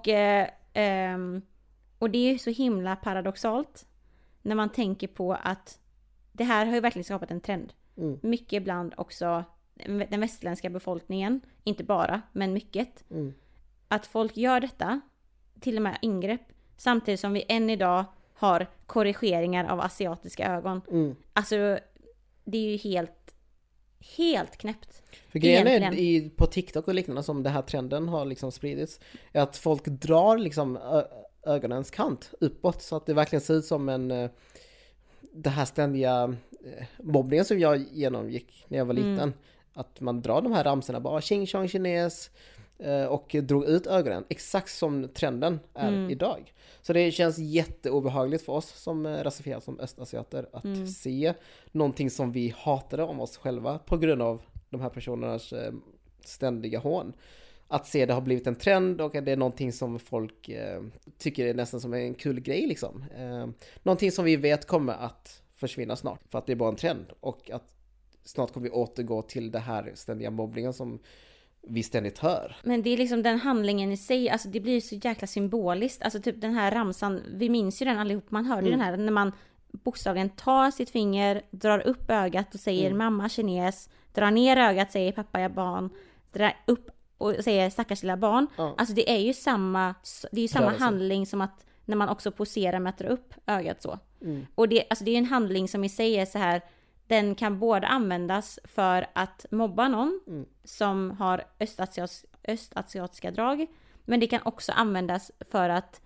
det är ju så himla paradoxalt när man tänker på att det här har ju verkligen skapat en trend. Mycket bland också den västerländska befolkningen, inte bara, men mycket. Att folk gör detta, till och med ingrepp, samtidigt som vi än idag har korrigeringar av asiatiska ögon. Alltså, det är ju helt knäppt. För grejen är på TikTok och liknande som den här trenden har liksom spridits, är att folk drar liksom ögonens kant uppåt så att det verkligen ser ut som det här ständiga mobbningen som jag genomgick när jag var liten. Att man drar de här ramserna bara tjing tjong kines och drog ut ögonen exakt som trenden är idag. Så det känns jätteobehagligt för oss som rasifieras som östasiater att se någonting som vi hatade om oss själva på grund av de här personernas ständiga hån. Att se det har blivit en trend och att det är någonting som folk tycker är nästan som en kul grej liksom. Någonting som vi vet kommer att försvinna snart för att det är bara en trend, och att snart kommer vi återgå till det här ständiga mobbningen som vi ständigt hör. Men det är liksom den handlingen i sig, alltså det blir så jäkla symboliskt. Alltså typ den här ramsan, vi minns ju den allihop, man hörde den här när man bokstavligen tar sitt finger, drar upp ögat och säger mamma kines, drar ner ögat, säger pappa jag barn, drar upp och säger stackars lilla barn. Alltså det är ju samma handling som att när man också poserar med att dra upp ögat så. Och det är en handling som i sig är så här, den kan både användas för att mobba någon som har östasiatiska drag, men det kan också användas för att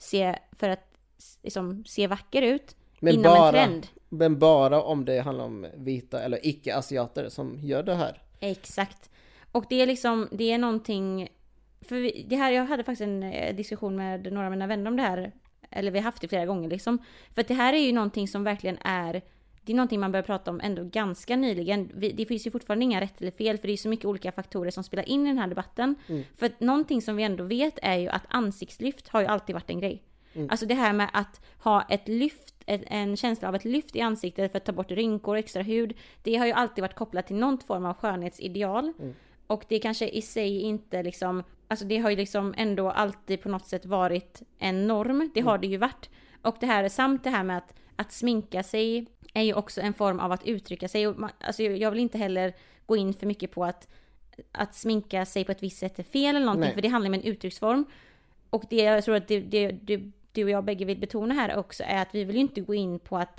liksom se vacker ut inom en trend. Men bara om det handlar om vita eller icke-asiater som gör det här. Exakt. Och det är liksom, det är någonting, för det här, jag hade faktiskt en diskussion med några av mina vänner om det här, eller vi har haft det flera gånger liksom, för att det här är ju någonting som verkligen det är någonting man börjar prata om ändå ganska nyligen. Det finns ju fortfarande inga rätt eller fel, för det är så mycket olika faktorer som spelar in i den här debatten. För att någonting som vi ändå vet är ju att ansiktslyft har ju alltid varit en grej. Alltså det här med att ha ett lyft, en känsla av ett lyft i ansiktet för att ta bort rynkor och extra hud, det har ju alltid varit kopplat till någon form av skönhetsideal. Och det kanske i sig inte liksom, alltså det har ju liksom ändå alltid på något sätt varit en norm. Det har det ju varit. Och det här, samt det här med att sminka sig är ju också en form av att uttrycka sig. Och alltså jag vill inte heller gå in för mycket på att sminka sig på ett visst sätt är fel eller någonting. Nej. För det handlar om en uttrycksform. Och det jag tror att du och jag bägge vill betona här också är att vi vill ju inte gå in på att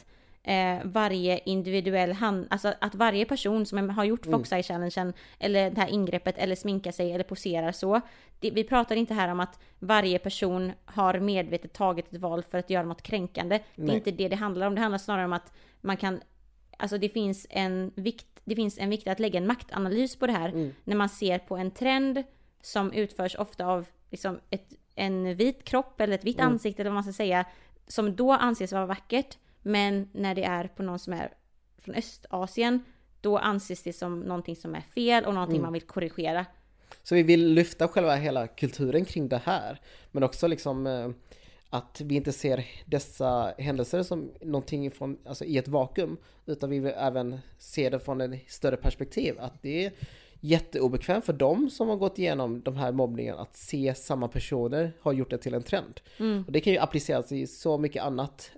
varje individuell alltså att varje person som har gjort Fox Eye Challengen eller det här ingreppet eller sminkar sig eller poserar så. Vi pratar inte här om att varje person har medvetet tagit ett val för att göra något kränkande. Det är inte det handlar om. Det handlar snarare om att man kan, alltså det finns en vikt att lägga en maktanalys på det här när man ser på en trend som utförs ofta av liksom en vit kropp eller ett vitt ansikte eller vad man ska säga, som då anses vara vackert. Men när det är på någon som är från Östasien, då anses det som någonting som är fel och någonting man vill korrigera. Så vi vill lyfta själva hela kulturen kring det här. Men också liksom att vi inte ser dessa händelser som någonting från, alltså i ett vakuum. Utan vi vill även se det från ett större perspektiv. Att det är jätteobekvämt för dem som har gått igenom de här mobbningen att se samma personer har gjort det till en trend. Och det kan ju appliceras i så mycket annat.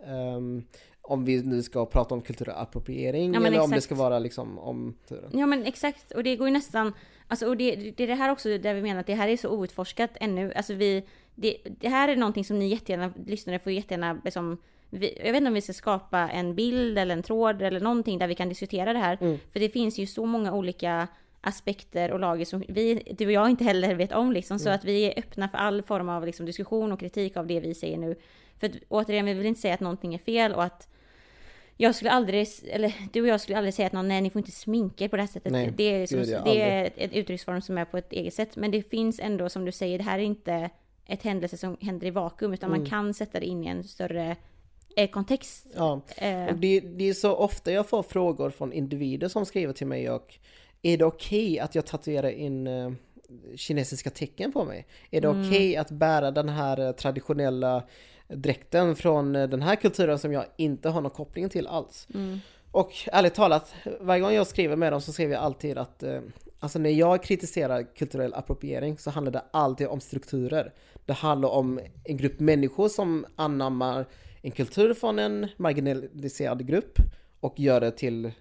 Om vi nu ska prata om kulturell appropriering eller exakt. Om det ska vara liksom om... Ja men exakt, och det går ju nästan... Alltså, och det är det här också där vi menar att det här är så outforskat ännu. Alltså det här är någonting som ni jättegärna, lyssnare får jättegärna liksom, jag vet inte om vi ska skapa en bild eller en tråd eller någonting där vi kan diskutera det här. För det finns ju så många olika aspekter och lager som du och jag inte heller vet om liksom, så att vi är öppna för all form av liksom, diskussion och kritik av det vi säger nu. För att, återigen, vi vill inte säga att någonting är fel och att jag skulle aldrig, eller du och jag skulle aldrig säga att nej, ni får inte sminka er på det här sättet. Nej, det är, som, gud, det är ett uttrycksform som är på ett eget sätt. Men det finns ändå, som du säger, det här är inte ett händelse som händer i vakuum, utan man kan sätta det in i en större kontext. Ja, och det är så ofta jag får frågor från individer som skriver till mig och är det okej att jag tatuerar in kinesiska tecken på mig? Är det okej att bära den här traditionella dräkten från den här kulturen som jag inte har någon koppling till alls? Och ärligt talat, varje gång jag skriver med dem så skriver jag alltid att alltså när jag kritiserar kulturell appropriering så handlar det alltid om strukturer. Det handlar om en grupp människor som anammar en kultur från en marginaliserad grupp och gör det till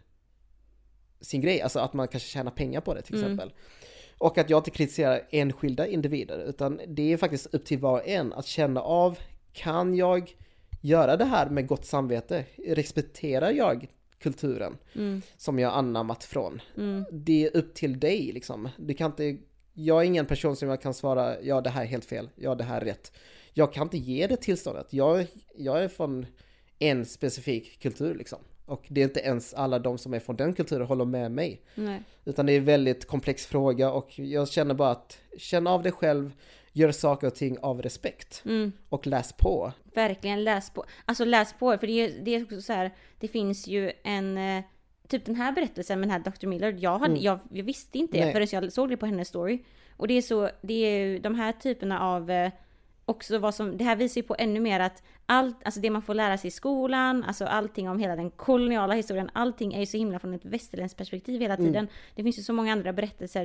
sin grej. Alltså att man kanske tjänar pengar på det till exempel. Och att jag inte kritiserar enskilda individer, utan det är faktiskt upp till var och en att känna av, kan jag göra det här med gott samvete? Respekterar jag kulturen som jag anammat från? Det är upp till dig liksom. Du kan inte, jag är ingen person som jag kan svara, ja det här är helt fel, ja det här är rätt. Jag kan inte ge det tillståndet. Jag är från en specifik kultur liksom. Och det är inte ens alla de som är från den kulturen håller med mig. Nej. Utan det är en väldigt komplex fråga och jag känner bara att känna av dig själv, gör saker och ting av respekt och läs på. Verkligen läs på. Alltså läs på, för det är också så här, det finns ju en typ den här berättelsen med den här Dr. Miller. Jag visste inte det förrän jag såg det på hennes story. Och det är ju de här typerna av också det här visar ju på ännu mer att alltså det man får lära sig i skolan, alltså allting om hela den koloniala historien, allting är ju så himla från ett västerländskt perspektiv hela tiden. Det finns ju så många andra berättelser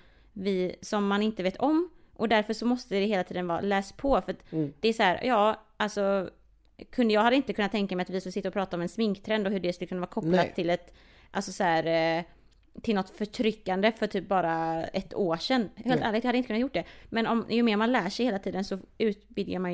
som man inte vet om, och därför så måste det hela tiden vara läs på, för att det är så här, ja, alltså jag hade inte kunnat tänka mig att vi skulle sitta och prata om en sminktrend och hur det skulle kunna vara kopplat till ett, alltså så här, till något förtryckande för typ bara ett år sedan. Helt ärligt, jag hade inte kunnat gjort det. Men ju mer man lär sig hela tiden så utvidgar man ju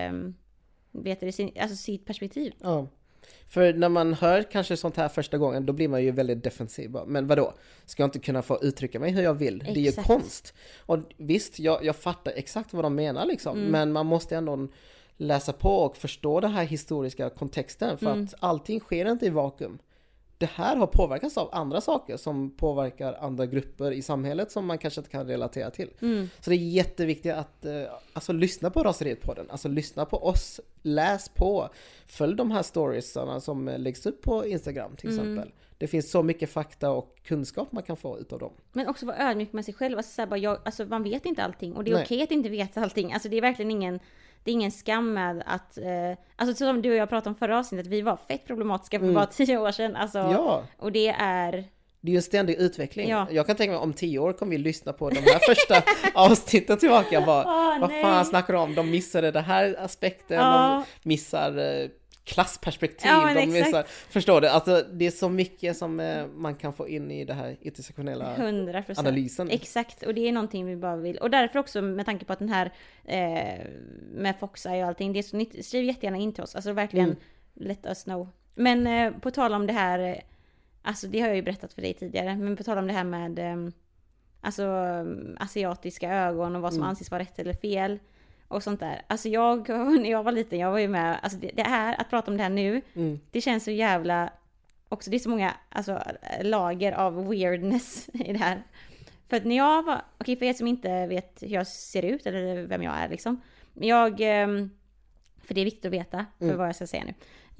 sitt perspektiv. Ja. För när man hör kanske sånt här första gången, då blir man ju väldigt defensiv. Men vadå? Ska jag inte kunna få uttrycka mig hur jag vill? Exakt. Det är ju konst. Och visst, jag fattar exakt vad de menar liksom. Men man måste ändå läsa på och förstå den här historiska kontexten. För att allting sker inte i vakuum. Det här har påverkats av andra saker som påverkar andra grupper i samhället som man kanske inte kan relatera till. Så det är jätteviktigt att alltså, lyssna på Raseriet-podden. Alltså lyssna på oss, läs på. Följ de här storiesarna som läggs upp på Instagram till exempel. Det finns så mycket fakta och kunskap man kan få utav dem. Men också vara ödmjuk med sig själv. Alltså, alltså, man vet inte allting. Och det är okej att inte veta allting. Alltså det är verkligen ingen skam med att alltså som du och jag pratade om förra avsnittet, vi var fett problematiska för bara 10 år sedan. Alltså, och det är ju en ständig utveckling. Ja. Jag kan tänka mig om 10 år kommer vi lyssna på de här första avsnitten tillbaka. Vad fan snackar de om? De missade det här aspekten, de missar klassperspektiv. De missar, förstår du? Alltså, det är så mycket som man kan få in i det här intersektionella 100%. Analysen. Exakt, och det är någonting vi bara vill. Och därför också med tanke på att den här med Foxeye och allting, det är så nytt. Skriv jättegärna in till oss. Alltså verkligen let us know. Men på tal om det här, alltså det har jag ju berättat för dig tidigare, men på tal om det här med alltså asiatiska ögon och vad som anses vara rätt eller fel och sånt där. Alltså när jag var liten, jag var ju med, alltså det här, att prata om det här nu, det känns så jävla, också det är så många alltså, lager av weirdness i det här. För att när jag var, okej, för er som inte vet hur jag ser ut eller vem jag är liksom, för det är viktigt att veta för vad jag ska säga nu.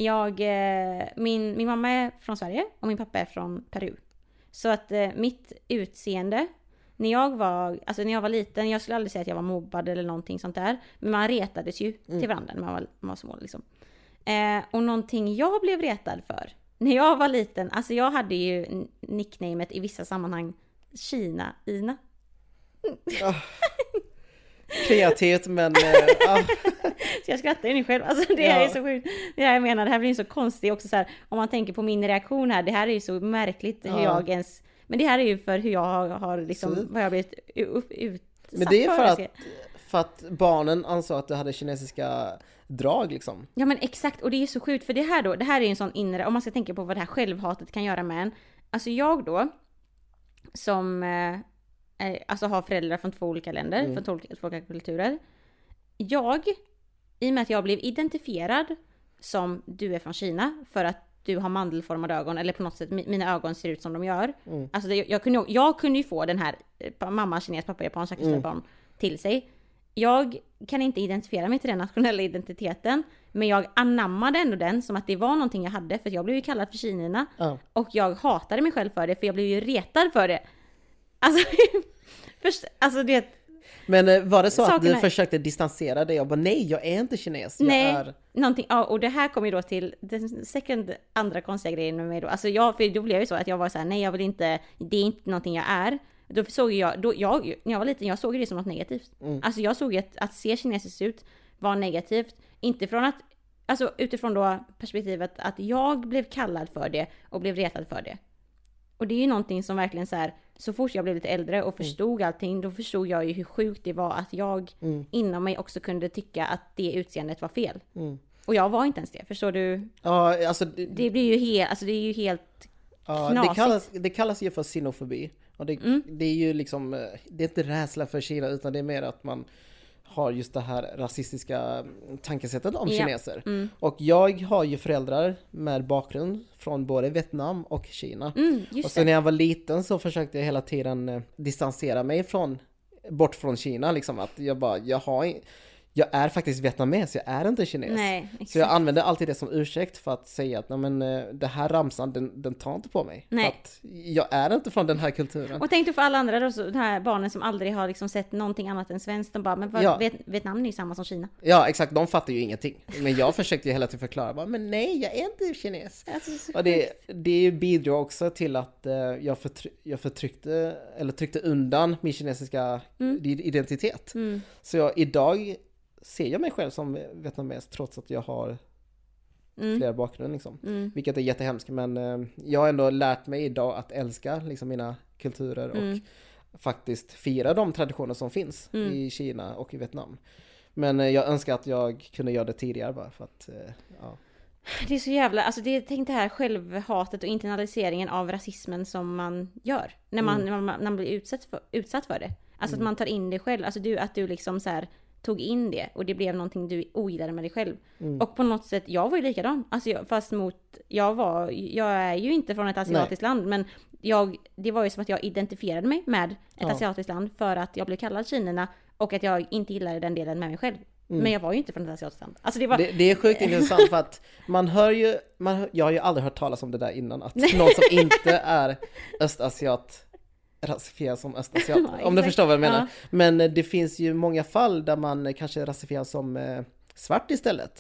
Min mamma är från Sverige och min pappa är från Peru. Så att mitt utseende, när jag var liten, jag skulle aldrig säga att jag var mobbad eller någonting sånt där. Men man retades ju till varandra när man var små liksom. Och någonting jag blev retad för när jag var liten, alltså jag hade ju nicknamet i vissa sammanhang Kina-Ina. Kreativt, men Så jag skrattar ju själv. Alltså det här är så sjukt. Det här jag menar, det här blir så konstigt också så här, om man tänker på min reaktion här, det här är ju så märkligt hur jag ens, men det här är ju för hur jag har liksom, så, vad jag blivit utsatt. Men det är för att barnen ansåg att du hade kinesiska drag liksom. Ja men exakt, och det är så sjukt, för det här är ju en sån inre, om man ska tänka på vad det här självhatet kan göra med en. Alltså jag då, som alltså har föräldrar från 2 olika länder, från 2 olika kulturer. I och med att jag blev identifierad som du är från Kina för att du har mandelformade ögon, eller på något sätt mina ögon ser ut som de gör. Alltså jag kunde ju få den här mamma kines, pappa japan, barn till sig. Jag kan inte identifiera mig till den nationella identiteten, men jag anammade ändå den som att det var någonting jag hade, för jag blev ju kallad för kinina. Och jag hatade mig själv för det, för jag blev ju retad för det. Alltså det. Men var det så att du försökte distansera dig och bara nej, jag är inte kines, jag är... Någonting, ja, och det här kommer ju då till den andra konstiga grejen med mig då. Alltså för då blev jag ju så att jag var så här, nej jag vill inte, det är inte någonting jag är. Då såg jag, när jag var liten, jag såg det som något negativt. Alltså jag såg att se kinesiskt ut var negativt, inte från att, alltså utifrån då perspektivet att jag blev kallad för det och blev retad för det. Och det är ju någonting som verkligen så här, så fort jag blev lite äldre och förstod allting, då förstod jag ju hur sjukt det var att jag inom mig också kunde tycka att det utseendet var fel. Och jag var inte ens det, förstår du? Ja, alltså... Det blir ju helt, alltså det är ju helt knasigt. Det kallas ju för sinofobi. Och det är ju liksom, det är inte rädsla för Kina, utan det är mer att man har just det här rasistiska tankesättet om kineser. Och jag har ju föräldrar med bakgrund från både Vietnam och Kina. Och så när jag var liten så försökte jag hela tiden distansera mig bort från Kina. Liksom, att jag är faktiskt vietnames, jag är inte kines. Nej, så jag använde alltid det som ursäkt för att säga att det här ramsan, den tar inte på mig. Nej. För att jag är inte från den här kulturen. Och tänk du för alla andra då, de här barnen som aldrig har liksom sett någonting annat än svenskt. De bara, men Vietnam är ju samma som Kina. Ja, exakt. De fattar ju ingenting. Men jag försökte ju hela tiden förklara, men nej, jag är inte kines. Och det bidrog också till att jag tryckte undan min kinesiska identitet. Så idag ser jag mig själv som vietnames trots att jag har flera bakgrund liksom. Vilket är jättehemskt, men jag har ändå lärt mig idag att älska liksom mina kulturer och faktiskt fira de traditioner som finns i Kina och i Vietnam. Men jag önskar att jag kunde göra det tidigare bara för att Det är så jävla, alltså tänk det här självhatet och internaliseringen av rasismen som man gör när man blir utsatt för det. Alltså att man tar in det själv, alltså att du liksom så här tog in det och det blev någonting du ogillade med dig själv. Och på något sätt, jag var ju likadan. Alltså jag är ju inte från ett asiatiskt land, men det var ju som att jag identifierade mig med ett asiatiskt land för att jag blev kallad kinina och att jag inte gillade den delen med mig själv. Men jag var ju inte från ett asiatiskt land. Alltså det är sjukt intressant för att jag har ju aldrig hört talas om det där innan, att någon som inte är östasiat rasifieras som östasiat, om du förstår vad jag menar. Men det finns ju många fall där man kanske rasifieras som svart istället.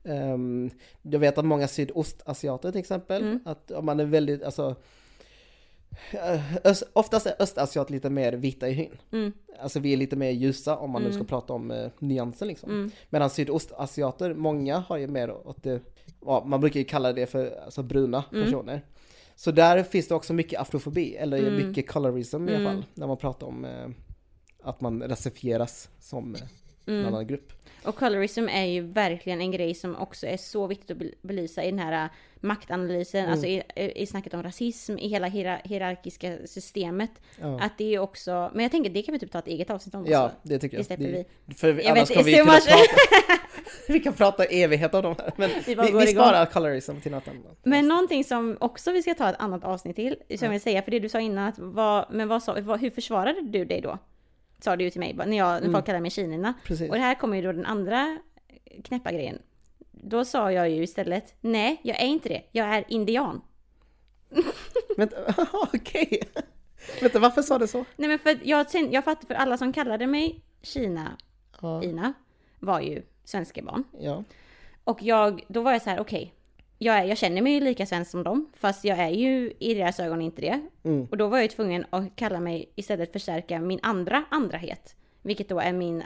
Jag vet att många sydostasiater till exempel, att om man är väldigt, alltså oftast är östasiat lite mer vita i hyn. Alltså vi är lite mer ljusa om man nu ska prata om nyansen liksom. Medan sydostasiater, många har ju mer åt det, man brukar ju kalla det för alltså, bruna personer. Så där finns det också mycket afrofobi, eller mycket colorism i alla fall, när man pratar om att man rasifieras som en annan grupp. Och colorism är ju verkligen en grej som också är så viktigt att belysa i den här maktanalysen, alltså i snacket om rasism, i hela hierarkiska systemet. Att det är också, men jag tänker det kan vi typ ta ett eget avsnitt om. Ja, det tycker jag. För annars kan vi kunna vi kan prata evighet om de här, men vi sparar colorism till något annat. Men någonting som också vi ska ta ett annat avsnitt till, som jag vill säga, för det du sa innan, att hur försvarade du dig då? Sa du ju till mig när folk kallade mig kinina. Precis. Och det här kommer ju då den andra knäppa grejen. Då sa jag ju istället, nej, jag är inte det. Jag är indian. Okej. Vänta, varför sa du så? Nej, men för jag fattar, för alla som kallade mig Ina var ju svenska barn. Ja. Och då var jag så här, okej. Jag känner mig ju lika svensk som dem, fast jag är ju i deras ögon inte det. Och då var jag ju tvungen att kalla mig, istället förstärka min andrahet. Vilket då är min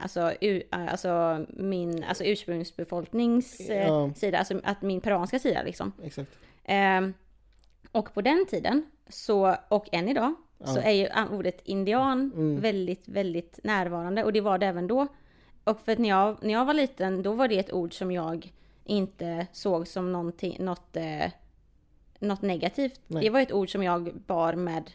ursprungsbefolknings sida, alltså att min peruanska sida liksom. Exakt. Och på den tiden, och än idag, så är ju ordet indian väldigt, väldigt närvarande. Och det var det även då. Och för att när jag var liten, då var det ett ord som jag inte såg som något negativt. Nej. Det var ett ord som jag bar med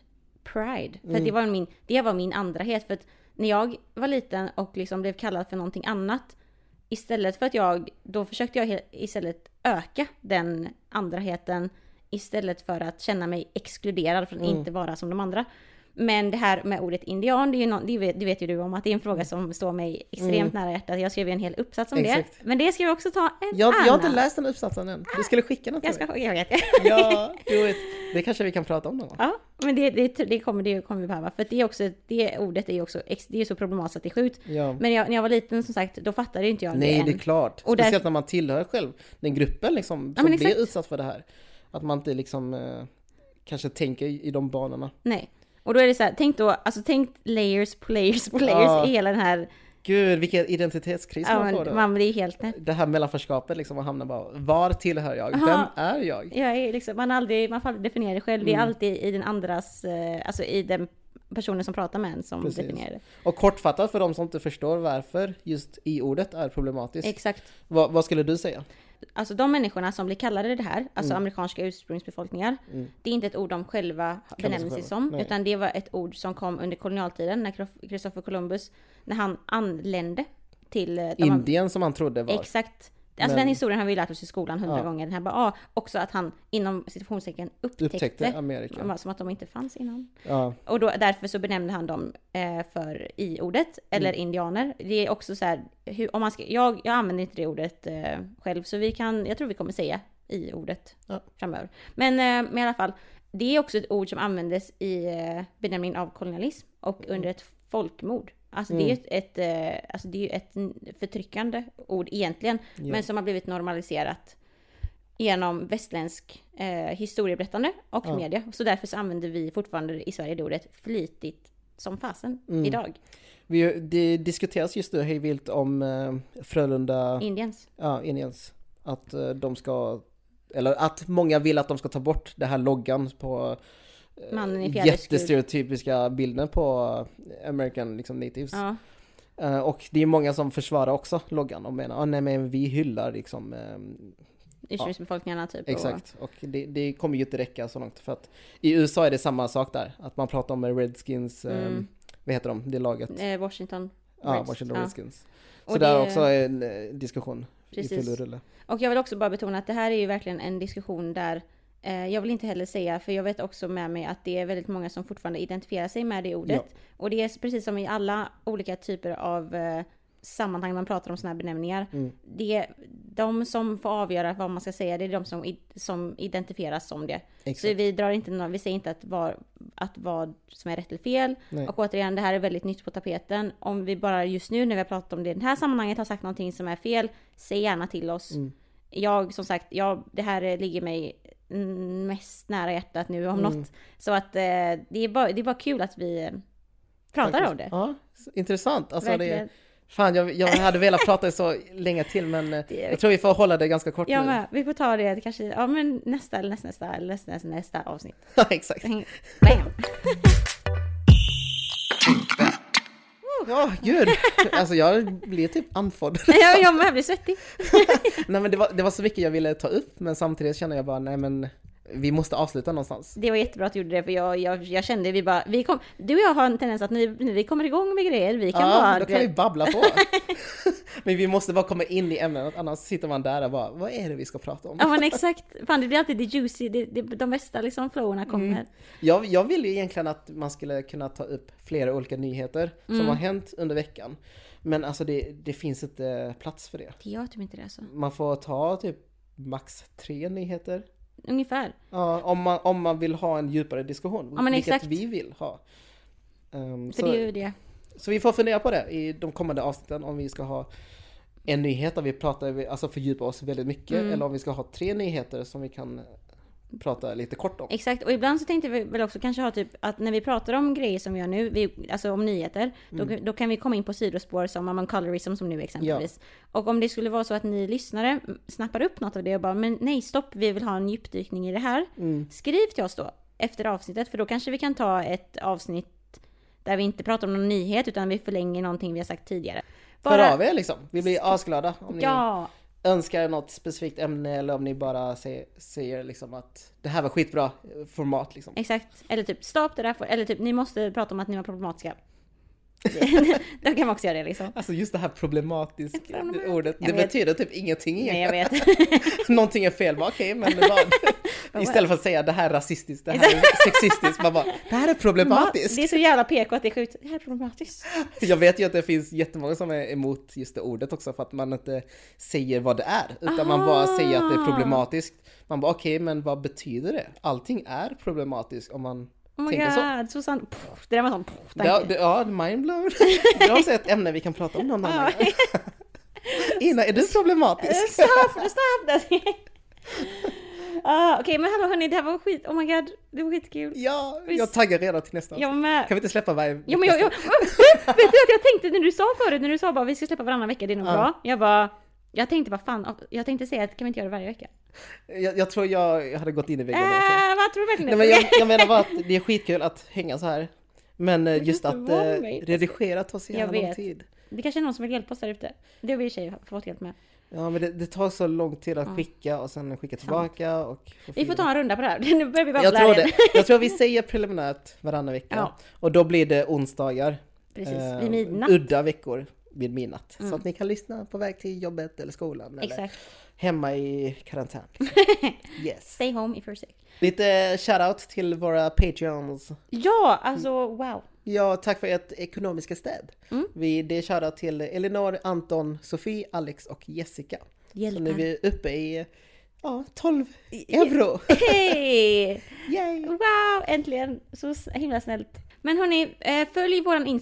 pride. För att det var min andrahet. För att när jag var liten och liksom blev kallad för någonting annat, istället för att då försökte jag istället öka den andraheten istället för att känna mig exkluderad från att inte vara som de andra. Men det här med ordet indian, det vet ju du om att det är en fråga som står mig extremt nära hjärtat. Jag skrev en hel uppsats om det. Men det ska vi också ta en jag annan. Jag har inte läst den uppsatsen än. Du skulle skicka något till mig. Jag vet. Ja, det kanske vi kan prata om någon gång. Ja, men det kommer vi behöva. För att det ordet är ju också, det är så problematiskt att det är sjukt. Ja. Men när jag var liten, som sagt, då fattade inte jag det. Nej, det är klart. Och speciellt när man tillhör själv den gruppen liksom, som blir utsatt för det här. Att man inte liksom kanske tänker i de banorna. Nej. Och då är det så här, tänk layers på layers på layers i hela den här... Gud, vilken identitetskris man får då. Man blir helt... Det här mellanförskapet liksom, man hamnar bara, var tillhör jag? Vem är jag? Jag är liksom, man får aldrig definiera det själv. Det är alltid i den andras, alltså i den personen som pratar med en som definierar det. Och kortfattat för de som inte förstår varför just i-ordet är problematiskt. Exakt. Vad skulle du säga? Alltså de människorna som blir kallade det här, alltså amerikanska ursprungsbefolkningar, det är inte ett ord de själva benämner sig som, utan det var ett ord som kom under kolonialtiden när Christopher Columbus, när han anlände till Indien som han trodde var. Exakt. Alltså den historien har vi lärt oss i skolan 100 gånger. Den här också att han inom situationstecken upptäckte Amerika. Som att de inte fanns innan. Ja. Och då, därför så benämnde han dem för i-ordet eller indianer. Det är också så här, jag använder inte det ordet själv, så jag tror vi kommer säga i-ordet framöver. Men i alla fall, det är också ett ord som användes i benämningen av kolonialism och under ett folkmord. Alltså det är ju ett förtryckande ord egentligen, men som har blivit normaliserat genom västländsk historieberättande och media. Så därför så använder vi fortfarande i Sverige det ordet flitigt som fasen idag. Det diskuteras just nu hej vilt om Frölunda Indians. Ja, Indians. Att de ska, eller att många vill att de ska ta bort det här loggan på jättestereotypiska bilden på American liksom, natives. Ja. Och det är många som försvarar också loggan och menar, nej men vi hyllar liksom ursprungsbefolkningarna typ. Exakt, och det kommer ju inte räcka så långt, för att i USA är det samma sak där, att man pratar om Redskins, vad heter de, det laget? Washington Redskins. Så och där också är en diskussion. Precis. I full rulle. Och jag vill också bara betona att det här är ju verkligen en diskussion där jag vill inte heller säga, för jag vet också med mig att det är väldigt många som fortfarande identifierar sig med det ordet. Ja. Och det är precis som i alla olika typer av sammanhang man pratar om såna här benämningar. Det är de som får avgöra vad man ska säga, det är de som identifieras som det. Exakt. Så vi säger inte att vad som är rätt eller fel. Nej. Och återigen, det här är väldigt nytt på tapeten. Om vi bara just nu när vi har pratat om det i det här sammanhanget har sagt någonting som är fel, säg gärna till oss. Det här ligger mig mest nära hjärtat nu om något. Så att det är bara kul att vi pratar om det. Ja, intressant. Alltså jag hade velat prata så länge till, men jag tror vi får hålla det ganska kort nu. Men vi får ta det kanske nästa avsnitt. Ja, exakt. Ja, gud. Alltså jag blir typ andfådd. Jag blir svettig. Nej, men det var så mycket jag ville ta upp, men samtidigt känner jag bara, nej men vi måste avsluta någonstans. Det var jättebra att du gjorde det, för jag kände du och jag har en tendens att när vi kommer igång med grejer, vi kan då kan vi babbla på. Men vi måste bara komma in i ämnet, annars sitter man där och bara, vad är det vi ska prata om? Ja, men exakt. Fan, det blir alltid det juicy, de bästa liksom flowerna kommer. Jag vill ju egentligen att man skulle kunna ta upp flera olika nyheter som har hänt under veckan. Men alltså det finns inte plats för det. Det gör typ inte det alltså. Man får ta typ max 3 nyheter. Ungefär. Ja, om man vill ha en djupare diskussion. Ja, vilket exakt. Vi vill ha. För det är ju det. Så vi får fundera på det i de kommande avsnitten, om vi ska ha en nyhet där vi fördjupar oss väldigt mycket, eller om vi ska ha 3 nyheter som vi kan prata lite kort om. Exakt, och ibland så tänkte vi väl också kanske ha typ att när vi pratar om grejer som vi gör nu, alltså om nyheter, då kan vi komma in på sidospår som Among Colorism som nu exempelvis. Ja. Och om det skulle vara så att ni lyssnare snappar upp något av det och bara, men nej stopp, vi vill ha en djupdykning i det här. Skriv till oss då efter avsnittet, för då kanske vi kan ta ett avsnitt där vi inte pratar om någon nyhet utan vi förlänger någonting vi har sagt tidigare. Hör av er liksom, vi blir asglada om ni önskar något specifikt ämne eller om ni bara säger liksom att det här var skitbra format liksom. Exakt. Eller typ stopp det där. Eller typ ni måste prata om att ni var problematiska. Då kan man också göra det liksom. Alltså just det här problematiska ordet, det betyder typ ingenting egentligen. Nej, jag vet. Någonting är fel, okej, men vad? Istället för att säga det här är rasistiskt, det här är sexistiskt, man bara, det här är problematiskt. Det är så jävla PK att det är sjukt. Det här är problematiskt. Jag vet ju att det finns jättemånga som är emot just det ordet också för att man inte säger vad det är, utan man bara säger att det är problematiskt. Man bara, okej, men vad betyder det? Allting är problematiskt om man tänker så. Så sant. Det där var sån Ja, mindblown. Det är också ett ämne vi kan prata om någon annan. Ina, är du problematisk? Stopp! Okej, men hörni, det här var skit. Oh my god, det var skitkul. Ja, jag taggar redan till nästa. Jag med. Kan vi inte släppa varje vecka? Ja, men vet du att jag tänkte när du sa bara vi ska släppa varannan vecka, det är nog bra. Jag tänkte bara fan, jag tänkte säga att kan vi inte göra det varje vecka? Jag tror jag hade gått in i väggen. Vad tror du verkligen? Nej, men jag menar bara att det är skitkul att hänga så här. Men just att redigera tar så jävla lång tid. Det kanske är någon som vill hjälpa oss där ute. Det har vi i tjejer fått hjälp med. Ja, men det tar så lång tid att skicka och sen skicka tillbaka. Och vi får ta en runda på det här. Nu börjar vi jag tror det. Jag tror vi säger preliminärt varannan vecka. Ja. Och då blir det onsdagar. Precis, vid midnatt. Udda veckor vid midnatt. Så att ni kan lyssna på väg till jobbet eller skolan. Exakt. Eller hemma i karantän. Yes. Stay home if you're sick. Lite shoutout till våra Patreons. Ja, alltså wow. Ja, tack för ert ekonomiska stöd. Det är shoutout till Elinor, Anton, Sofie, Alex och Jessica. Så nu är vi uppe i 12 euro. Hej! Yay! Wow, äntligen. Så himla snällt. Men hörni, följ våran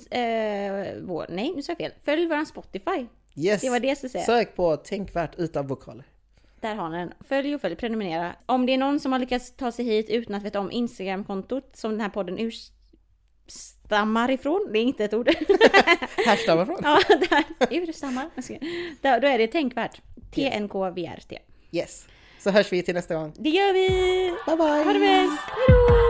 Följ våran Spotify. Yes. Det var det jag skulle säga. Sök på Tänkvärt utan vokaler. Där har ni den. Följ, prenumerera. Om det är någon som har lyckats ta sig hit utan att veta om Instagram-kontot som den här podden stammar ifrån. Det är inte ett ord. Härstammar ifrån. Ja, urstammar. Då är det Tänkvärt. TNKVRT. Yes. Så hörs vi till nästa gång. Det gör vi. Bye bye. Ha det bäst. Hej då.